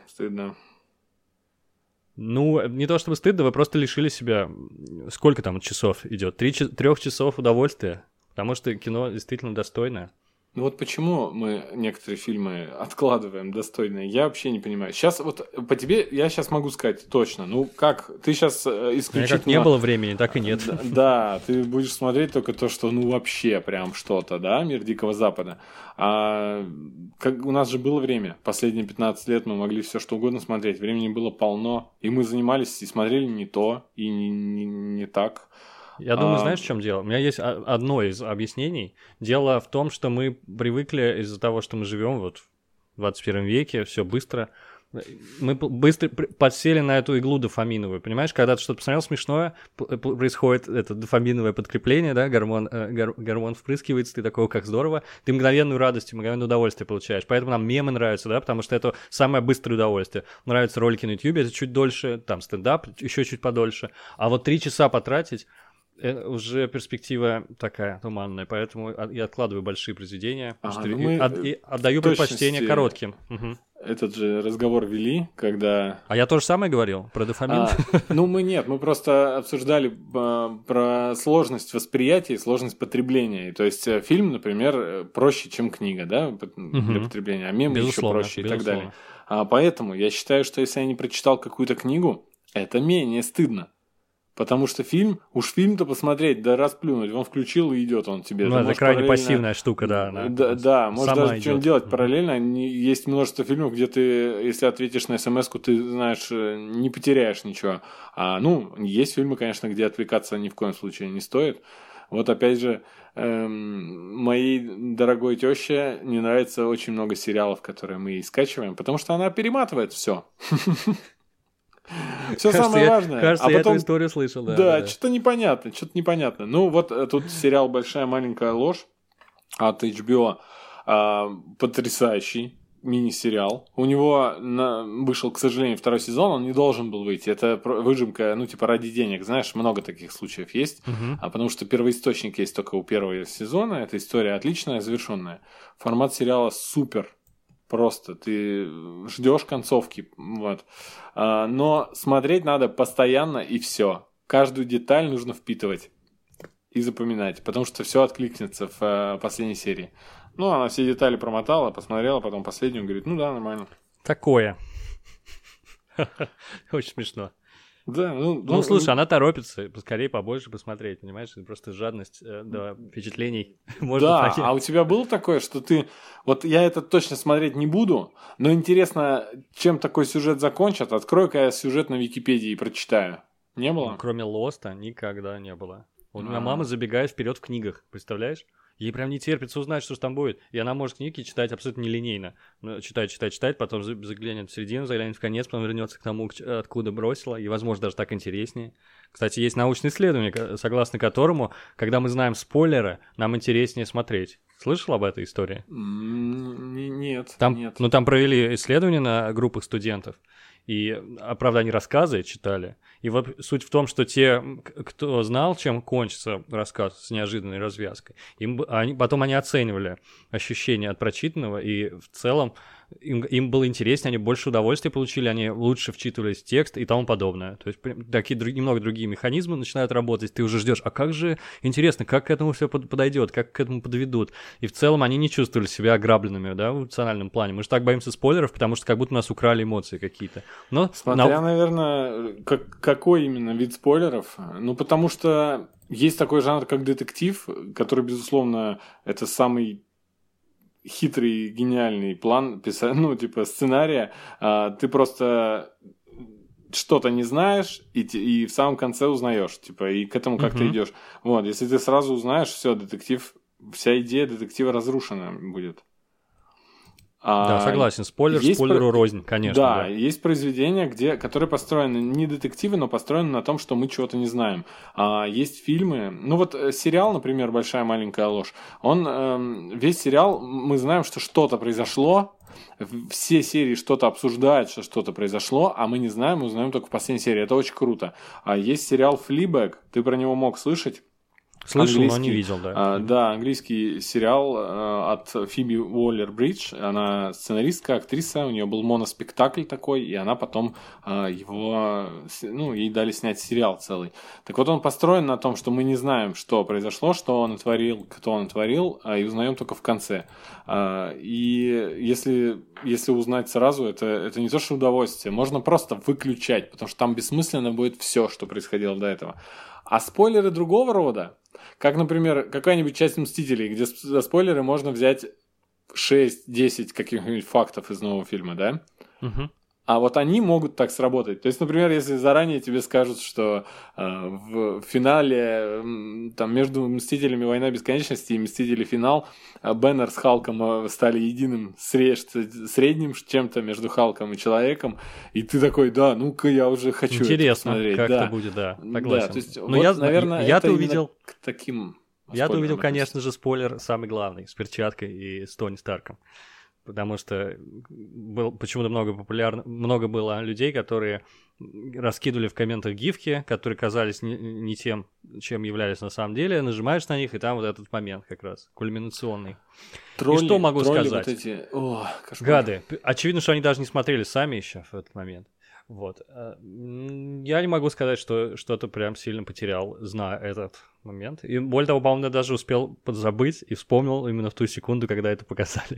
Ну, не то чтобы стыдно, вы просто лишили себя... Сколько там часов идет? 3 часов удовольствия. Потому что кино действительно достойное. Ну вот почему мы некоторые фильмы откладываем достойные, я вообще не понимаю. Сейчас вот по тебе я сейчас могу сказать точно. Ну как, ты сейчас исключительно... Как не было времени, так и нет. Да, ты будешь смотреть только то, что ну вообще прям что-то, да, «Мир Дикого Запада». А как, у нас же было время. Последние 15 лет мы могли все что угодно смотреть. Времени было полно. И мы занимались и смотрели не то, и не так. Я думаю, знаешь, в чем дело? У меня есть одно из объяснений. Дело в том, что мы привыкли из-за того, что мы живем вот в 21 веке, все быстро. Мы быстро подсели на эту иглу дофаминовую. Понимаешь, когда ты что-то посмотрел смешное, происходит это дофаминовое подкрепление, да, гормон впрыскивается, ты такой, как здорово, ты мгновенную радость, мгновенное удовольствие получаешь. Поэтому нам мемы нравятся, да, потому что это самое быстрое удовольствие. Нравятся ролики на YouTube, это чуть дольше, там стендап еще чуть подольше. А вот 3 часа потратить, уже перспектива такая туманная, поэтому я откладываю большие произведения, и отдаю предпочтение коротким. Угу. Этот же разговор вели, когда... А я то же самое говорил про дофамин? Ну, мы просто обсуждали про сложность восприятия и сложность потребления. То есть фильм, например, проще, чем книга, да, для потребления, а мемы еще проще и так далее. Поэтому я считаю, что если я не прочитал какую-то книгу, это менее стыдно. Потому что фильм-то посмотреть, да расплюнуть, он включил и идет он тебе. Ну, это крайне пассивная штука, да. Да, можешь даже что-нибудь делать параллельно. Есть множество фильмов, где ты, если ответишь на смс-ку, ты, знаешь, не потеряешь ничего. Есть фильмы, конечно, где отвлекаться ни в коем случае не стоит. Вот опять же, моей дорогой теще не нравится очень много сериалов, которые мы ей скачиваем, потому что она перематывает все. Все самое важное. Кажется, я эту историю слышал, да. Да, что-то непонятно. Ну, вот тут сериал «Большая маленькая ложь» от HBO. Потрясающий мини-сериал. У него вышел, к сожалению, 2-й сезон, он не должен был выйти. Это выжимка, ради денег. Знаешь, много таких случаев есть. Потому что первоисточник есть только у 1-го сезона. Эта история отличная, завершенная. Формат сериала супер. Просто ты ждешь концовки, вот. Но смотреть надо постоянно и все. Каждую деталь нужно впитывать и запоминать, потому что все откликнется в последней серии. Она все детали промотала, посмотрела, потом последнюю, говорит, да, нормально. Такое. Очень смешно. Да, слушай, она торопится, скорее побольше посмотреть, понимаешь? Просто жадность до впечатлений можно понять. Да, а у тебя было такое, что ты... Вот я это точно смотреть не буду, но интересно, чем такой сюжет закончат? Открою-ка я сюжет на Википедии и прочитаю. Не было? Кроме Лоста никогда не было. У меня мама забегает вперед в книгах, представляешь? Ей прям не терпится узнать, что же там будет. И она может книги читать абсолютно нелинейно. Читать, потом заглянет в середину, заглянет в конец, потом вернется к тому, откуда бросила. И, возможно, даже так интереснее. Кстати, есть научное исследование, согласно которому, когда мы знаем спойлеры, нам интереснее смотреть. Слышал об этой истории? Нет. Нет. Там провели исследование на группах студентов. И, правда, они рассказы читали. И суть в том, что те, кто знал, чем кончится рассказ с неожиданной развязкой, потом они оценивали ощущения от прочитанного, и в целом им было интереснее, они больше удовольствия получили, они лучше вчитывались в текст и тому подобное. То есть такие немного другие механизмы начинают работать, ты уже ждешь, а как же интересно, как к этому все подойдет, как к этому подведут. И в целом они не чувствовали себя ограбленными, да, в эмоциональном плане. Мы же так боимся спойлеров, потому что как будто у нас украли эмоции какие-то. Но смотря, наверное, какой именно вид спойлеров. Потому что есть такой жанр, как детектив, который, безусловно, это самый хитрый, гениальный план сценария. Ты просто что-то не знаешь, и в самом конце узнаешь, и к этому как-то идешь. Вот, если ты сразу узнаешь, все, вся идея детектива разрушена будет. Да, согласен, спойлеру рознь, конечно. Да, есть произведения, которые построены не детективы, но построены на том, что мы чего-то не знаем. Есть фильмы, сериал, например, «Большая маленькая ложь», весь сериал, мы знаем, что что-то произошло, все серии что-то обсуждают, что что-то произошло, а мы не знаем, мы узнаем только в последней серии. Это очень круто. Есть сериал «Флибэг», ты про него мог слышать. Слышал, но не видел, да. Да, английский сериал от Фиби Уоллер-Бридж. Она сценаристка, актриса, у нее был моноспектакль такой, и она потом ей дали снять сериал целый. Так вот, он построен на том, что мы не знаем, что произошло, что он натворил, кто он натворил, и узнаем только в конце. И если узнать сразу, это не то, что удовольствие, можно просто выключать, потому что там бессмысленно будет все, что происходило до этого. А спойлеры другого рода, как, например, какая-нибудь часть «Мстителей», где за спойлеры можно взять 6-10 каких-нибудь фактов из нового фильма, да? Угу. А вот они могут так сработать. То есть, например, если заранее тебе скажут, что в финале там между «Мстителями. Война бесконечности» и «Мстители. Финал» Бэннер с Халком стали единым средним чем-то между Халком и Человеком, и ты такой, да, ну-ка я уже хочу интересно, это посмотреть. Как да. это будет, да, согласен. Да, то есть, но вот, наверное, я-то это увидел к таким Я-то увидел, конечно же, спойлер самый главный, с перчаткой и с Тони Старком. Потому что почему-то много было людей, которые раскидывали в комментах гифки, которые казались не тем, чем являлись на самом деле. Нажимаешь на них, и там вот этот момент как раз, культминационный. И что могу сказать? Вот эти... Гады. Очевидно, что они даже не смотрели сами еще в этот момент. Вот. Я не могу сказать, что что-то прям сильно потерял, зная этот момент. И более того, по-моему, я даже успел подзабыть и вспомнил именно в ту секунду, когда это показали.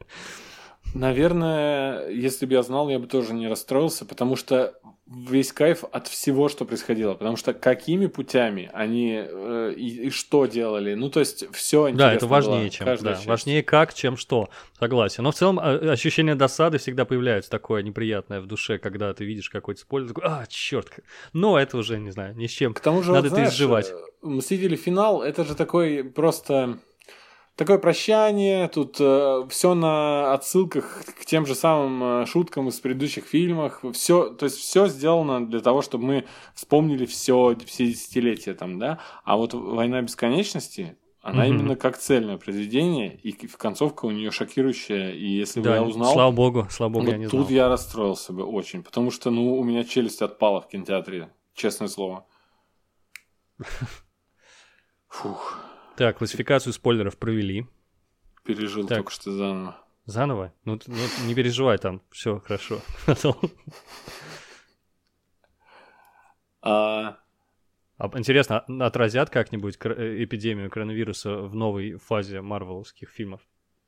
Наверное, если бы я знал, я бы тоже не расстроился, потому что весь кайф от всего, что происходило. Потому что какими путями они и что делали. Ну, то есть, все интересно. Да, это важнее, чем. Да, важнее как, чем что. Согласен. Но в целом ощущение досады всегда появляется такое неприятное в душе, когда ты видишь какой-то спойлер, такой, черт. Но это уже, не знаю, ни с чем. К тому же, надо вот, знаешь, изживать. «Мстители. Финал» — это же такой просто... Такое прощание, тут все на отсылках к тем же самым шуткам из предыдущих фильмов. То есть все сделано для того, чтобы мы вспомнили все десятилетия там, да. А вот «Война бесконечности», она именно как цельное произведение, и концовка у нее шокирующая. И если бы я узнал... Слава богу, вот я не знал. Тут я расстроился бы очень, потому что, у меня челюсть отпала в кинотеатре, честное слово. Фух. Так, классификацию спойлеров провели. Пережил только что заново. Заново? Ну, не переживай, там все хорошо. Интересно, отразят как-нибудь эпидемию коронавируса в новой фазе марвеловских фильмов?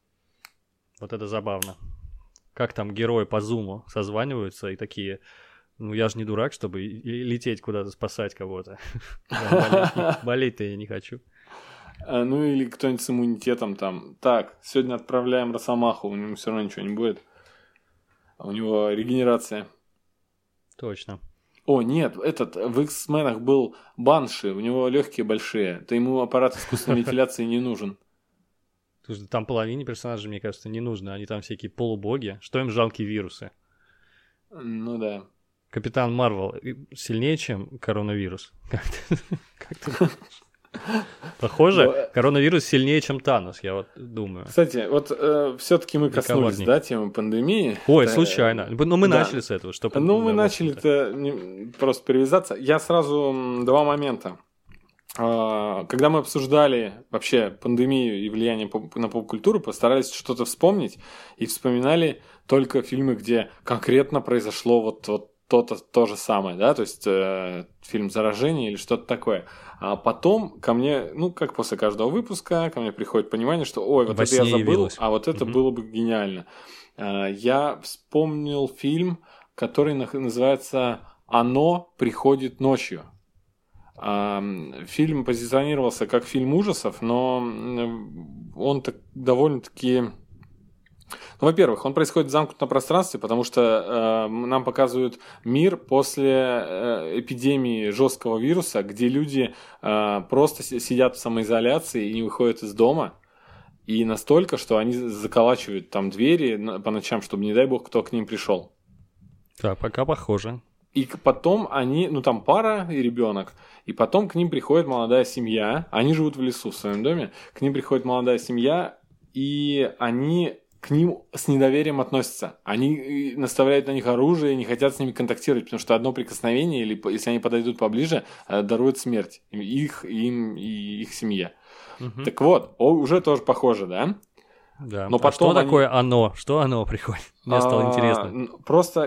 Вот это забавно. Как там герои по зуму созваниваются и такие... я же не дурак, чтобы лететь куда-то спасать кого-то. Болеть-то я не хочу. Или кто-нибудь с иммунитетом там. Так, сегодня отправляем Росомаху, у него все равно ничего не будет. У него регенерация. Точно. О, нет, в X-менах был Банши, у него легкие большие. То ему аппарат искусственной вентиляции не нужен. Слушай, там половине персонажей, мне кажется, не нужно. Они там всякие полубоги. Что им жалкие вирусы? Ну да. Капитан Марвел сильнее, чем коронавирус? Как ты думаешь? Похоже, коронавирус сильнее, чем Танос, я вот думаю. Кстати, вот все-таки мы коснулись, темы пандемии. Ой, случайно. Но мы начали с этого. Мы начали просто привязаться. Я сразу два момента. Когда мы обсуждали вообще пандемию и влияние на поп-культуру, постарались что-то вспомнить и вспоминали только фильмы, где конкретно произошло вот то же самое, да, то есть фильм «Заражение» или что-то такое. А потом ко мне, как после каждого выпуска, ко мне приходит понимание, что, вот это я забыл, явилось. А вот это было бы гениально. Я вспомнил фильм, который называется «Оно приходит ночью». Фильм позиционировался как фильм ужасов, но он довольно-таки... во-первых, он происходит в замкнутом пространстве, потому что нам показывают мир после эпидемии жесткого вируса, где люди просто сидят в самоизоляции и не выходят из дома. И настолько, что они заколачивают там двери по ночам, чтобы, не дай бог, кто к ним пришел. Да, пока похоже. И потом они, там пара и ребенок, и потом к ним приходит молодая семья, они живут в лесу в своем доме, к ним приходит молодая семья, и они к ним с недоверием относятся. Они наставляют на них оружие, не хотят с ними контактировать, потому что одно прикосновение, или если они подойдут поближе, дарует смерть им и их семье. Угу. Так вот, уже тоже похоже, да? Да. Но потом что такое оно? Что оно приходит? Мне стало интересно. Просто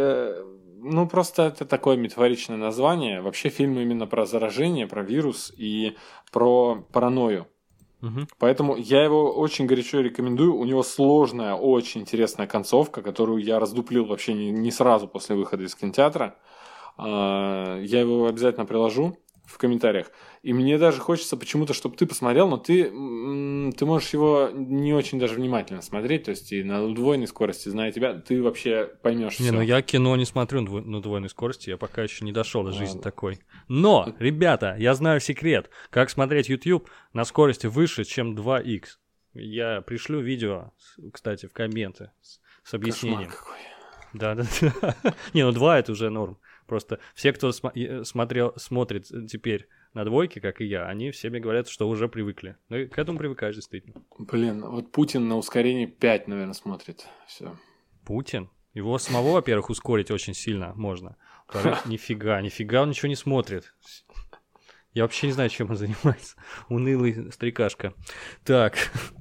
это такое метафоричное название. Вообще фильм именно про заражение, про вирус и про паранойю. Угу. Поэтому я его очень горячо рекомендую. У него сложная, очень интересная концовка, которую я раздуплил вообще не сразу после выхода из кинотеатра. Я его обязательно приложу в комментариях. И мне даже хочется почему-то, чтобы ты посмотрел, но ты можешь его не очень даже внимательно смотреть, то есть и на удвоенной скорости, зная тебя, ты вообще поймешь все. Ну я кино не смотрю на удвоенной скорости, я пока еще не дошел до жизни такой. Но, ребята, я знаю секрет, как смотреть YouTube на скорости выше, чем 2х. Я пришлю видео, кстати, в комменты с объяснением. Кошмар какой. Да. Не, ну 2 это уже норм. Просто все, кто смотрит теперь на двойке, как и я, они все мне говорят, что уже привыкли. Ну и к этому привыкаешь, действительно. Блин, вот Путин на ускорении 5, наверное, смотрит. Все. Путин? Его самого, во-первых, ускорить очень сильно можно. Во-вторых, нифига он ничего не смотрит. Я вообще не знаю, чем он занимается. Унылый старикашка. Так.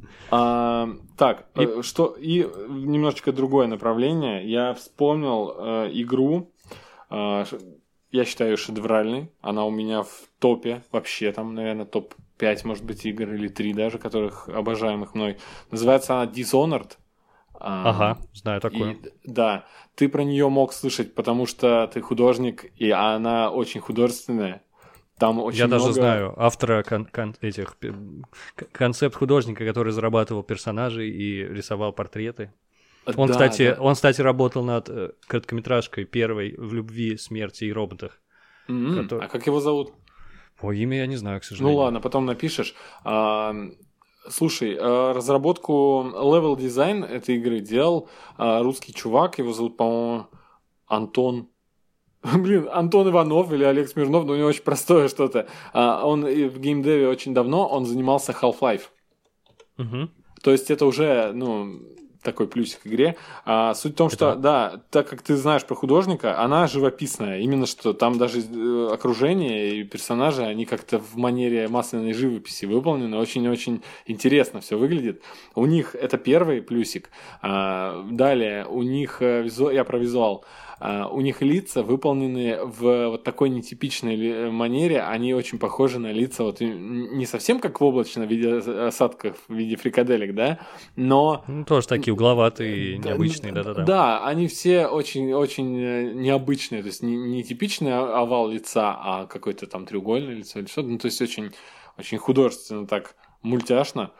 Что и немножечко другое направление. Я вспомнил игру. Я считаю ее шедевральной. Она у меня в топе вообще, там, наверное, топ-5, может быть, игр или 3 даже, которых обожаемых мной. Называется она Dishonored. Ага, знаю такое. Да, ты про нее мог слышать, потому что ты художник, и она очень художественная. Там очень много... даже знаю автора концепт художника, который зарабатывал персонажей и рисовал портреты. Он, кстати, работал над короткометражкой первой «В любви, смерти и роботах». А как его зовут? По имя я не знаю, к сожалению. Ну ладно, потом напишешь. Слушай, разработку level design этой игры делал русский чувак, его зовут, по-моему, Антон. Антон Иванов или Олег Смирнов, но у него очень простое что-то. Он в геймдеве очень давно, он занимался Half-Life. Угу. То есть это уже, такой плюсик к игре. Суть в том, что, да, так как ты знаешь про художника, она живописная. Именно что там даже окружение и персонажи, они как-то в манере масляной живописи выполнены. Очень-очень интересно все выглядит. У них это первый плюсик. Далее, у них, я про визуал, у них лица выполнены в вот такой нетипичной манере. Они очень похожи на лица, вот не совсем как в облачном виде осадков, в виде фрикаделек, да, но... тоже такие угловатые, необычные, да-да-да. Да, они все очень-очень необычные, то есть не типичный овал лица, а какое-то там треугольное лицо или что-то, то есть очень, очень художественно так, мультяшно.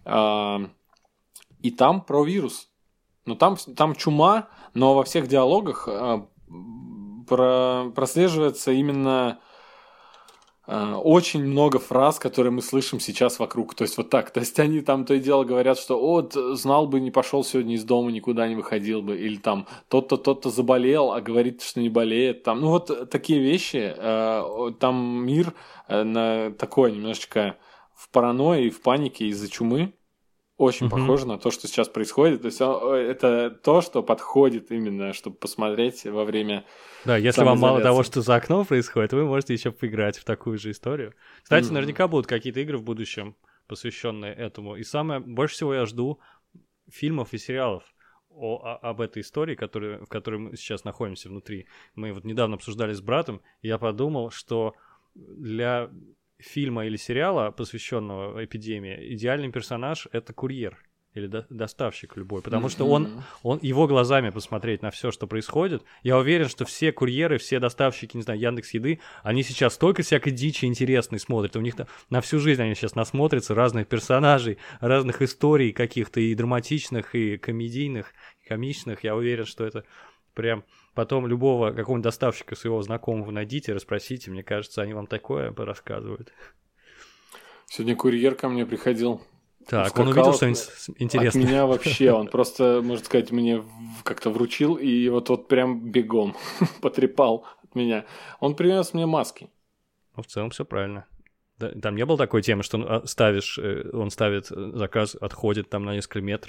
И там про вирус. Ну, там чума, но во всех диалогах прослеживается именно очень много фраз, которые мы слышим сейчас вокруг. То есть вот так. То есть они там то и дело говорят, что знал бы, не пошел сегодня из дома, никуда не выходил бы. Или там тот-то заболел, а говорит, что не болеет. Там, вот такие вещи. Там мир такой немножечко в паранойи, в панике из-за чумы. Очень похоже на то, что сейчас происходит. То есть это то, что подходит именно, чтобы посмотреть во время... Да, если вам мало того, что за окном происходит, вы можете еще поиграть в такую же историю. Кстати, наверняка будут какие-то игры в будущем, посвященные этому. И больше всего я жду фильмов и сериалов об этой истории, в которой мы сейчас находимся внутри. Мы вот недавно обсуждали с братом, и я подумал, что для фильма или сериала, посвященного эпидемии, идеальный персонаж — это курьер или доставщик любой, потому что он его глазами посмотреть на все, что происходит. Я уверен, что все курьеры, все доставщики, не знаю, Яндекс.Еды, они сейчас столько всякой дичи интересной смотрят, у них на всю жизнь они сейчас насмотрятся разных персонажей, разных историй каких-то и драматичных, и комедийных, и комичных. Я уверен, что это прям... Потом любого какого-нибудь доставщика своего знакомого найдите, расспросите. Мне кажется, они вам такое порассказывают. Сегодня курьер ко мне приходил. Так, он увидел что-нибудь интересное? От меня вообще. Он просто, можно сказать, мне как-то вручил, и вот прям бегом потрепал от меня. Он принес мне маски. Ну, в целом все правильно. Там не было такой темы, что он ставит заказ, отходит там на несколько метров.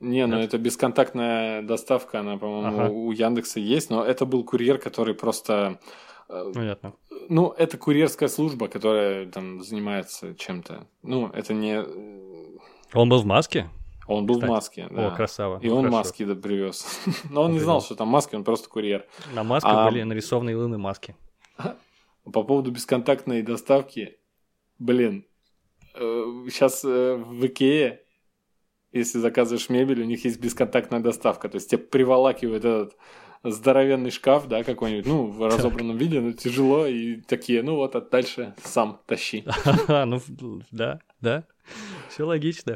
Не, ну это бесконтактная доставка, она, по-моему, у Яндекса есть, но это был курьер, который просто... Понятно. Ну, это курьерская служба, которая там занимается чем-то. Ну, это не... Он был в маске? Он был в маске, да. О, красава. И он маски привез. Но он не знал, что там маски, он просто курьер. На масках были нарисованы Илоны маски. По поводу бесконтактной доставки, блин, сейчас в Икее, если заказываешь мебель, у них есть бесконтактная доставка. То есть тебе приволакивают этот здоровенный шкаф, да, какой-нибудь, ну, в разобранном виде, но тяжело, и такие, ну вот, а дальше сам тащи. Ну, да, все логично.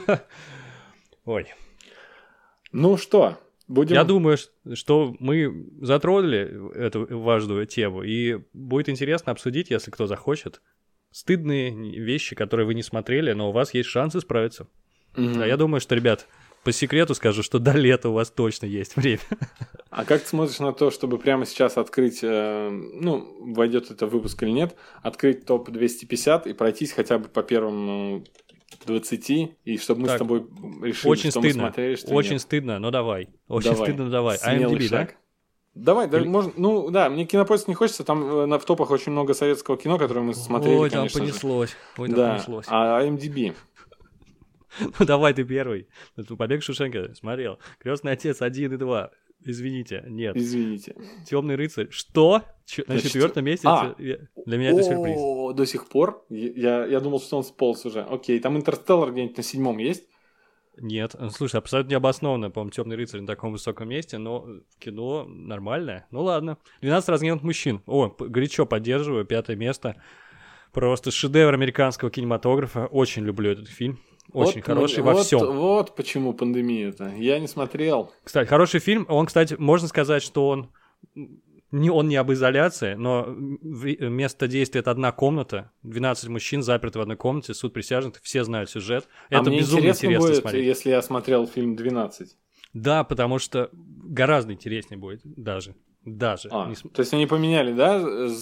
Ой. Ну что, будем... Я думаю, что мы затронули эту важную тему, и будет интересно обсудить, если кто захочет, стыдные вещи, которые вы не смотрели, но у вас есть шанс исправиться. Да, я думаю, что, ребят, по секрету скажу, что до лета у вас точно есть время. А как ты смотришь на то, чтобы прямо сейчас открыть, ну, войдет это в выпуск или нет, открыть топ-250 и пройтись хотя бы по первым 20, и чтобы мы с тобой решили, очень что стыдно, мы смотрели, что очень нет. стыдно, но давай. Очень стыдно, но давай. Смелый IMDb, шаг. Да? Давай, можно, ну да, мне Кинопоиск не хочется, там в топах очень много советского кино, которое мы смотрели, Ой, там конечно понеслось. же. Ой, там да, понеслось. а IMDb? Ну давай ты первый. «Побег Шоушенка» смотрел. «Крестный отец» 1 и 2. Извините, нет. Извините. «Темный рыцарь». Что? На 4-м месте? Для меня это сюрприз. О, до сих пор? Я думал, что он сполз уже. Окей, там «Интерстеллар» где-нибудь на 7-м есть? Нет, слушай, абсолютно необоснованно, по-моему, «Темный рыцарь» на таком высоком месте, но кино нормальное. Ну ладно. «12 разгневанных мужчин». О, горячо поддерживаю, 5-е место. Просто шедевр американского кинематографа. Очень люблю этот фильм. Очень хороший во всем. Вот почему пандемия-то. Я не смотрел. Кстати, хороший фильм. Он, кстати, можно сказать, что он не об изоляции, но место действия — это одна комната. 12 мужчин заперты в одной комнате, суд присяжных, все знают сюжет. Это безумно интересно будет, смотреть. Если я смотрел фильм «12». Да, потому что гораздо интереснее будет даже. То есть они поменяли, да?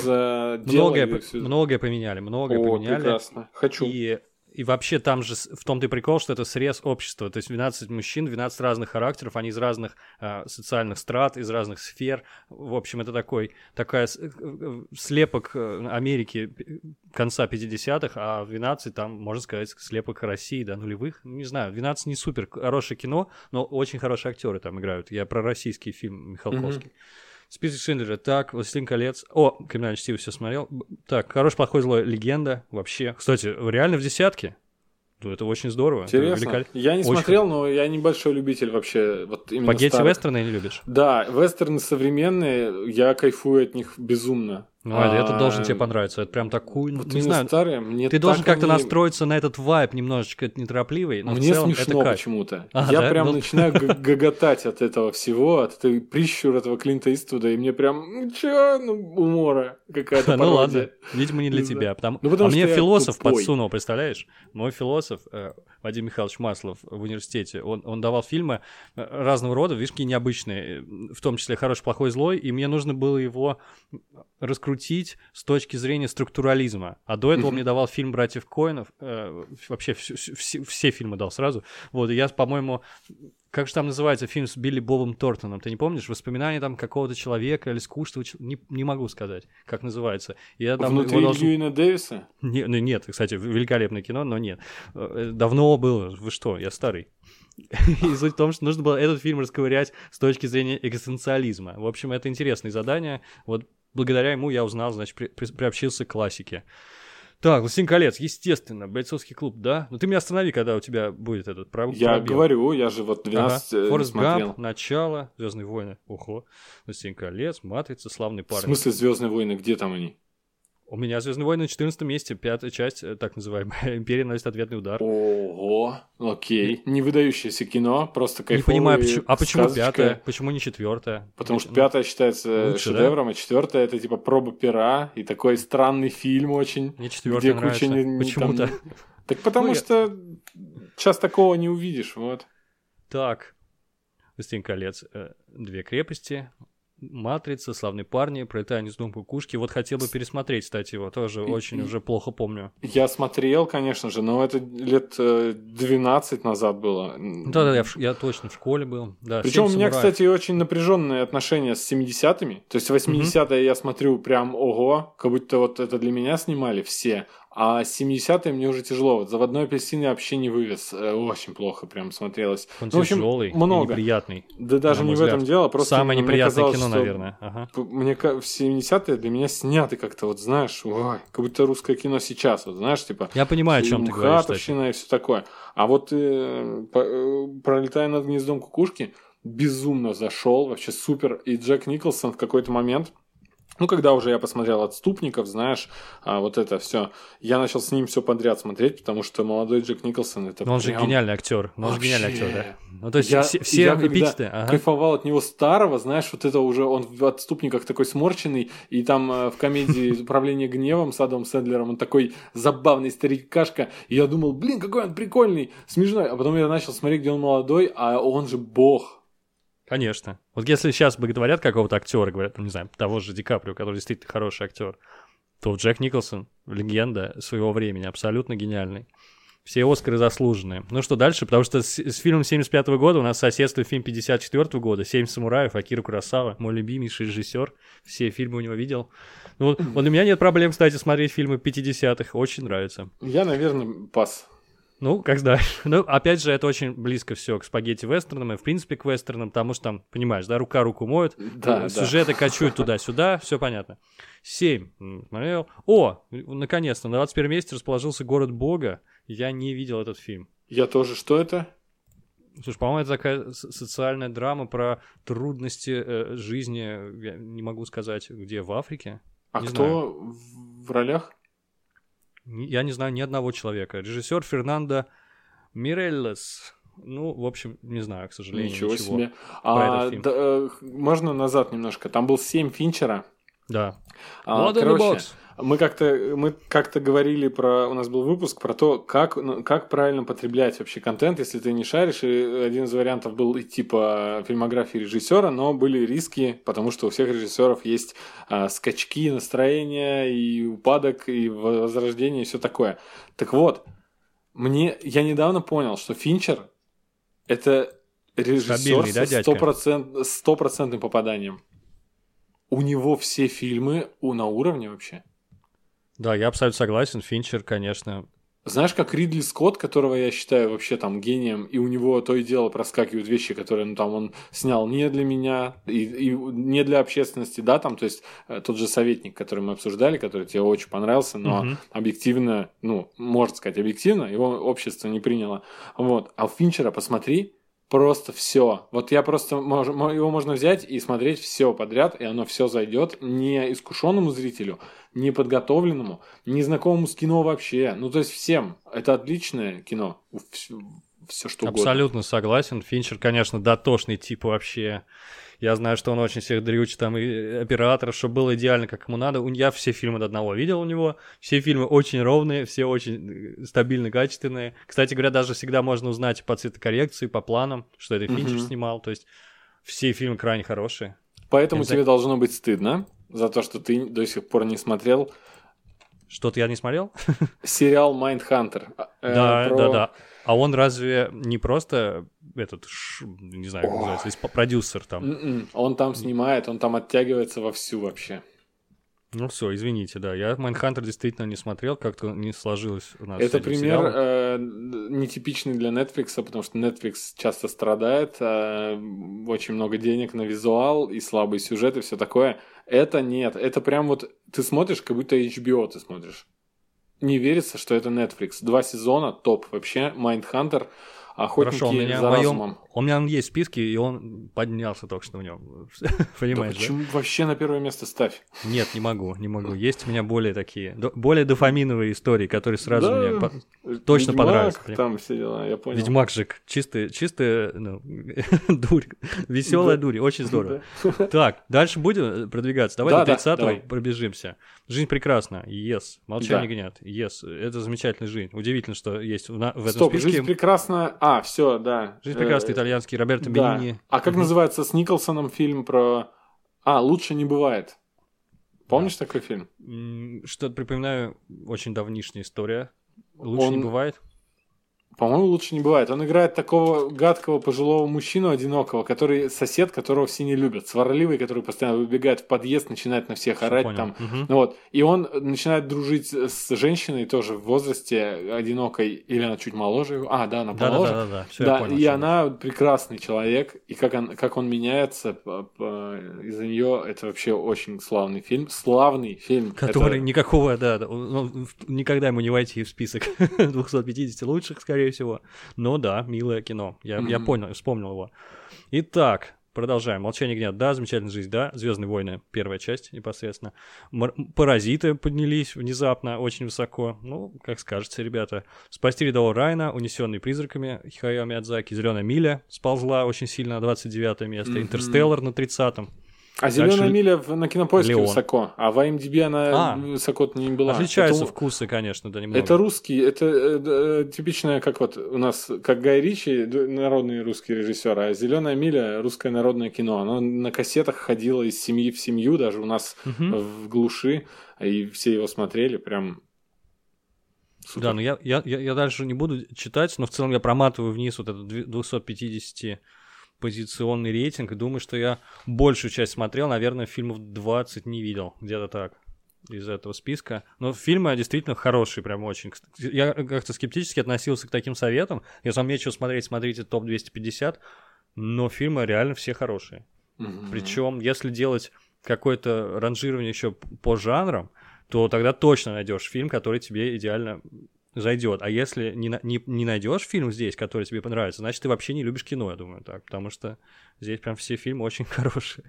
Многое поменяли. Прекрасно. Хочу. И вообще там же в том-то и прикол, что это срез общества. То есть 12 мужчин, 12 разных характеров, они из разных социальных страт, из разных сфер. В общем, это такой слепок Америки конца 50-х, а 12 там, можно сказать, слепок России, да, нулевых. Не знаю, 12 не супер хорошее кино, но очень хорошие актеры там играют. Я про российский фильм Михалковский. «Список Шиндлера», так, «Властелин колец». О, «Криминальное чтиво» все смотрел. Так, «Хороший, плохой, злой», «Легенда». Вообще, кстати, реально в десятке. Ну, это очень здорово. Интересно. Я не смотрел, но я небольшой любитель вообще. Вот именно спагетти-вестерны не любишь? Да, вестерны современные, я кайфую от них безумно. Ну, это должен тебе понравиться. Это прям такую... Вот не знаю, старые, мне ты должен как-то настроиться на этот вайб немножечко неторопливый, но мне в целом смешно это почему-то. Я прям начинаю гоготать от этого всего, от этой прищур этого Клинта Иствуда, и мне прям, умора какая-то пародия. Ну ладно, видимо, не для тебя. А мне философ подсунул, представляешь? Мой философ, Вадим Михайлович Маслов в университете, он давал фильмы разного рода, видишь, какие необычные, в том числе «Хороший, плохой, злой», и мне нужно было его раскрутить с точки зрения структурализма. А до этого мне давал фильм «Братьев Коэнов». Вообще все фильмы дал сразу. Вот, и я, по-моему... Как же там называется фильм с Билли Бобом Тортоном? Ты не помнишь? «Воспоминания там какого-то человека» или «Искусство». Не могу сказать, как называется. Внутри Льюина Дэвиса? Нет, кстати, великолепное кино, но нет. Давно было. Вы что? Я старый. И суть в том, что нужно было этот фильм расковырять с точки зрения экзистенциализма. В общем, это интересное задание. Вот благодаря ему я узнал, значит, приобщился к классике. Так, «Властелин колец», естественно, «Бойцовский клуб», да? Ну ты меня останови, когда у тебя будет этот пробел. Я говорю, я же вот 12 «Форрест смотрел. Гамп», «Начало», «Звездные войны», ого, «Властелин колец», «Матрица», «Славный парень». В смысле «Звездные войны», где там они? У меня «Звездные войны» на 14 месте, 5-я часть, так называемая, «Империя наносит ответный удар». Ого, окей. Не выдающееся кино, просто кайфовое. Не понимаю, почему 5-я, почему не 4-я? Потому что 5-я считается лучше, шедевром, да? А 4-я это типа проба пера, и такой странный фильм очень. Мне 4-я нравится, почему-то. Так потому что сейчас такого не увидишь, вот. Так, «Властелин колец», «Две крепости», «Матрица», «Славные парни», «Пролетая над гнездом кукушки». Вот хотел бы пересмотреть, кстати, его тоже очень уже плохо помню. Я смотрел, конечно же, но это лет 12 назад было. Да, я точно в школе был. Да, причем у меня, кстати, очень напряженные отношения с 70-ми. То есть 80-е я смотрю прям ого, как будто вот это для меня снимали все. А 70-е мне уже тяжело. Вот «Заводной апельсин» я вообще не вывез. Очень плохо прям смотрелось. Он тяжелый, много. И неприятный. Да даже не в этом дело. Просто самое неприятное казалось, кино, наверное. Ага. Мне в 70-е для меня сняты как-то, вот знаешь, ой, как будто русское кино сейчас. Вот знаешь, типа... Я понимаю, о чем ты говоришь. Хатовщина и все такое. А вот «Пролетая над гнездом кукушки» безумно зашел, вообще супер. И Джек Николсон в какой-то момент... Ну, когда уже я посмотрел «Отступников», знаешь, вот это все, я начал с ним все подряд смотреть, потому что молодой Джек Николсон это. Но он прям... же гениальный актер. Он же гениальный актер, да. Ну, то есть я все эпитеты. Кайфовал от него старого, знаешь, вот это уже он в «Отступниках» такой сморщенный, и там в комедии «Управление гневом» с Адамом Сэндлером он такой забавный старикашка, и я думал, блин, какой он прикольный, смешной, а потом я начал смотреть, где он молодой, а он же бог. Конечно. Вот если сейчас боготворят какого-то актера, говорят, не знаю, того же Ди Каприо, который действительно хороший актер, то Джек Николсон, легенда своего времени, абсолютно гениальный. Все Оскары заслуженные. Ну что дальше? Потому что с фильмом 75-го года у нас соседствует фильм 54-го года «Семь самураев», Акира Куросава, мой любимейший режиссер. Все фильмы у него видел. Ну, вот у меня нет проблем, кстати, смотреть фильмы 50-х. Очень нравится. Я, наверное, пас. Ну, как знаешь. Ну, опять же, это очень близко все к спагетти-вестернам и, в принципе, к вестернам, потому что там, понимаешь, да, рука руку моет, сюжеты качуют туда-сюда, все понятно. 7. Смотрел. О, наконец-то, на 21 месте расположился «Город Бога». Я не видел этот фильм. Я тоже. Что это? Слушай, по-моему, это такая социальная драма про трудности жизни, я не могу сказать, где, в Африке. А кто в ролях? Я не знаю ни одного человека. Режиссер Фернандо Миреллес. Ну, в общем, не знаю, к сожалению, ничего себе. Можно назад немножко? Там был 7 Финчера. Да. Короче, мы как-то говорили про... У нас был выпуск про то, как правильно потреблять вообще контент, если ты не шаришь. И один из вариантов был идти по фильмографии режиссера, но были риски, потому что у всех режиссеров есть скачки настроения, и упадок, и возрождение, и все такое. Так вот, я недавно понял, что Финчер — это режиссер с 100% попаданием. У него все фильмы на уровне вообще. Да, я абсолютно согласен. Финчер, конечно. Знаешь, как Ридли Скотт, которого я считаю вообще там гением, и у него то и дело проскакивают вещи, которые там он снял не для меня и не для общественности, да, там, то есть тот же «Советник», который мы обсуждали, который тебе очень понравился, но объективно, можно сказать объективно, его общество не приняло. Вот. А у Финчера посмотри, просто все. Вот я просто... Его можно взять и смотреть все подряд, и оно все зайдет не искушенному зрителю, не подготовленному, не знакомому с кино вообще. Ну, то есть всем. Это отличное кино. Все что угодно. Абсолютно согласен. Финчер, конечно, дотошный тип вообще. Я знаю, что он очень всех дрючит, там, и операторов, чтобы было идеально, как ему надо. Я все фильмы до одного видел у него. Все фильмы очень ровные, все очень стабильно качественные. Кстати говоря, даже всегда можно узнать по цветокоррекции, по планам, что это Финчер снимал. То есть все фильмы крайне хорошие. Поэтому тебе должно быть стыдно за то, что ты до сих пор не смотрел... Что-то я не смотрел? Сериал «Майндхантер». Да. А он разве не просто не знаю, как называется, продюсер там? Он там снимает, он там оттягивается вовсю вообще. Ну все, извините, да. Я «Майндхантер» действительно не смотрел, как-то не сложилось у нас. Это пример нетипичный для Netflix, потому что Netflix часто страдает, очень много денег на визуал и слабый сюжет и все такое. Это нет, это прям вот ты смотришь, как будто HBO ты смотришь. Не верится, что это Netflix. 2 сезона, топ вообще. «Майндхантер», «Охотники за разумом». У меня он есть в списке, и он поднялся только что в нем. Понимаешь, да? Почему вообще на первое место ставь? Нет, не могу. Есть у меня более дофаминовые истории, которые сразу мне точно понравятся. Там все дела, я понял. «Ведьмак» же чистая дурь. Веселая дурь, очень здорово. Так, дальше будем продвигаться. Давай до 30-го пробежимся. «Жизнь прекрасна», yes. «Молчание ягнят», yes. Это замечательная жизнь. Удивительно, что есть в этом списке. Стоп, «Жизнь прекрасна», все, да. «Жизнь прекрасна», итальянский, Роберто Бенини. А как называется с Николсоном фильм про... «Лучше не бывает». Помнишь такой фильм? Что-то припоминаю, очень давнишняя история. «Лучше не бывает». По-моему, «Лучше не бывает». Он играет такого гадкого пожилого мужчину одинокого, который сосед, которого все не любят, сварливый, который постоянно выбегает в подъезд, начинает на всех орать там. Вот. И он начинает дружить с женщиной тоже в возрасте одинокой, или она чуть моложе его. Да, она помоложе. Да. Всё, я понял, и она прекрасный человек, и как он меняется из-за нее, это вообще очень славный фильм. Славный фильм. Который никакого, никогда ему не войти в список 250 лучших, скорее всего. Но да, милое кино. Я понял, вспомнил его. Итак, продолжаем. «Молчание гнева». Да, «Замечательная жизнь». Да, «Звездные войны». Первая часть непосредственно. «Паразиты» поднялись внезапно очень высоко. Ну, как скажете, ребята. «Спасти рядового Райана», «Унесенный призраками» Хаяо Миядзаки. «Зеленая миля» сползла очень сильно на 29 место. «Интерстеллар» на 30-м. «Зеленая миля» на Кинопоиске высоко, а в IMDb она высоко не была. Отличаются вкусы, конечно, да, немного. Это русский, это типичное, как вот у нас, как Гай Ричи, народный русский режиссер, а «Зеленая миля» русское народное кино. Оно на кассетах ходило из семьи в семью, даже у нас в глуши, и все его смотрели, прям супер. Да, но я дальше не буду читать, но в целом я проматываю вниз вот этот 250 позиционный рейтинг, и думаю, что я большую часть смотрел, наверное, фильмов 20 не видел, где-то так, из этого списка. Но фильмы действительно хорошие, прям очень. Я как-то скептически относился к таким советам. Если вам нечего смотреть, смотрите топ-250, но фильмы реально все хорошие. Причем, если делать какое-то ранжирование еще по жанрам, то тогда точно найдешь фильм, который тебе идеально зайдет. А если не найдешь фильм здесь, который тебе понравится, значит, ты вообще не любишь кино, я думаю, так. Потому что здесь прям все фильмы очень хорошие.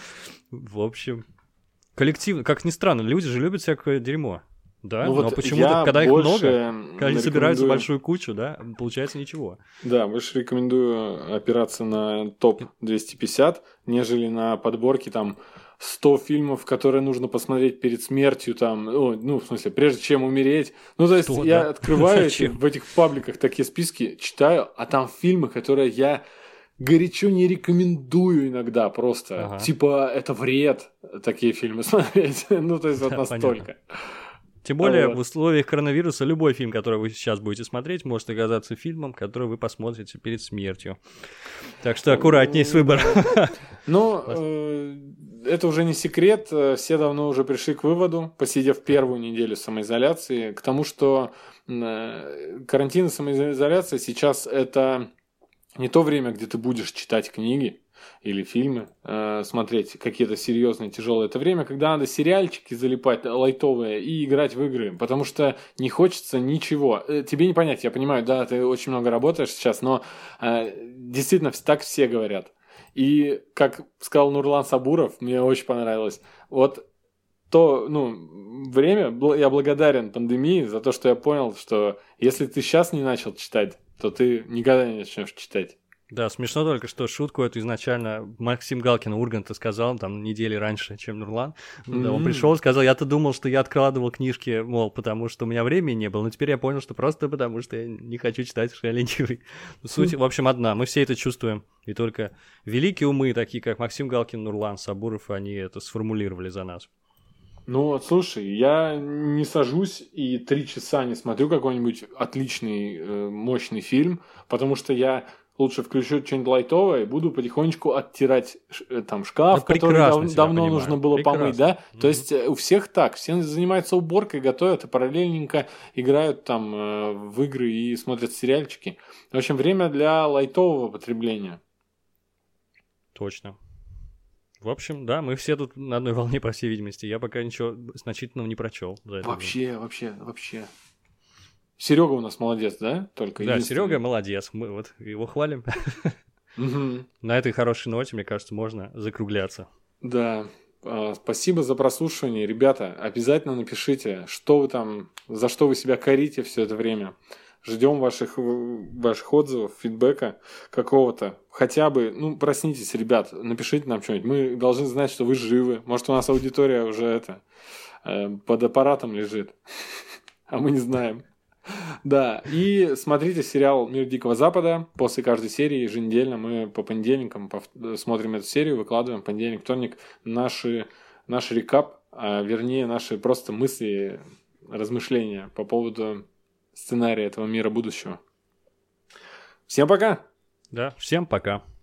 В общем, коллективно, как ни странно, люди же любят всякое дерьмо. Да, но вот почему-то, когда их много, когда они собираются в большую кучу, да, получается ничего. Да, больше рекомендую опираться на топ-250, нежели на подборки там 100 фильмов, которые нужно посмотреть перед смертью, там, в смысле, прежде чем умереть. Ну, то есть, я открываю в этих пабликах такие списки, читаю, а там фильмы, которые я горячо не рекомендую иногда просто. Типа, это вред такие фильмы смотреть. Ну, то есть, вот настолько. Тем более, в условиях коронавируса любой фильм, который вы сейчас будете смотреть, может оказаться фильмом, который вы посмотрите перед смертью. Так что аккуратней с выбором. Ну, это уже не секрет. Все давно уже пришли к выводу, посидев первую неделю самоизоляции, к тому, что карантин и самоизоляция сейчас это не то время, где ты будешь читать книги или фильмы, смотреть какие-то серьезные, тяжелые. Это время, когда надо сериальчики залипать лайтовые и играть в игры, потому что не хочется ничего. Тебе не понять, я понимаю, да, ты очень много работаешь сейчас, но действительно так все говорят. И, как сказал Нурлан Сабуров, мне очень понравилось, вот то, время, я благодарен пандемии за то, что я понял, что если ты сейчас не начал читать, то ты никогда не начнешь читать. Да, смешно только, что шутку эту изначально Максим Галкин Урганта сказал там недели раньше, чем Нурлан. Да, он пришел и сказал, я-то думал, что я откладывал книжки, мол, потому что у меня времени не было, но теперь я понял, что просто потому, что я не хочу читать, что я ленивый. Суть, в общем, одна, мы все это чувствуем, и только великие умы, такие как Максим Галкин, Нурлан Сабуров, они это сформулировали за нас. Ну, слушай, я не сажусь и 3 часа не смотрю какой-нибудь отличный, мощный фильм, потому что я лучше включу что-нибудь лайтовое и буду потихонечку оттирать там шкаф, который давно нужно было помыть, да? То есть у всех так, все занимаются уборкой, готовят и параллельненько играют там в игры и смотрят сериальчики. В общем, время для лайтового потребления. Точно. В общем, да, мы все тут на одной волне, по всей видимости. Я пока ничего значительного не прочел. Вообще. Серега у нас молодец, да? Да, Серега молодец. Мы вот его хвалим. На этой хорошей ноте, мне кажется, можно закругляться. Да. Спасибо за прослушивание. Ребята, обязательно напишите, что вы там, за что вы себя корите все это время. Ждем ваших отзывов, фидбэка какого-то. Хотя бы, проснитесь, ребят, напишите нам что-нибудь. Мы должны знать, что вы живы. Может, у нас аудитория уже под аппаратом лежит. А мы не знаем. Да, и смотрите сериал «Мир Дикого Запада». После каждой серии еженедельно мы по понедельникам смотрим эту серию, выкладываем понедельник, вторник наш рекап, вернее, наши просто мысли, размышления по поводу сценария этого мира будущего. Всем пока! Да, всем пока!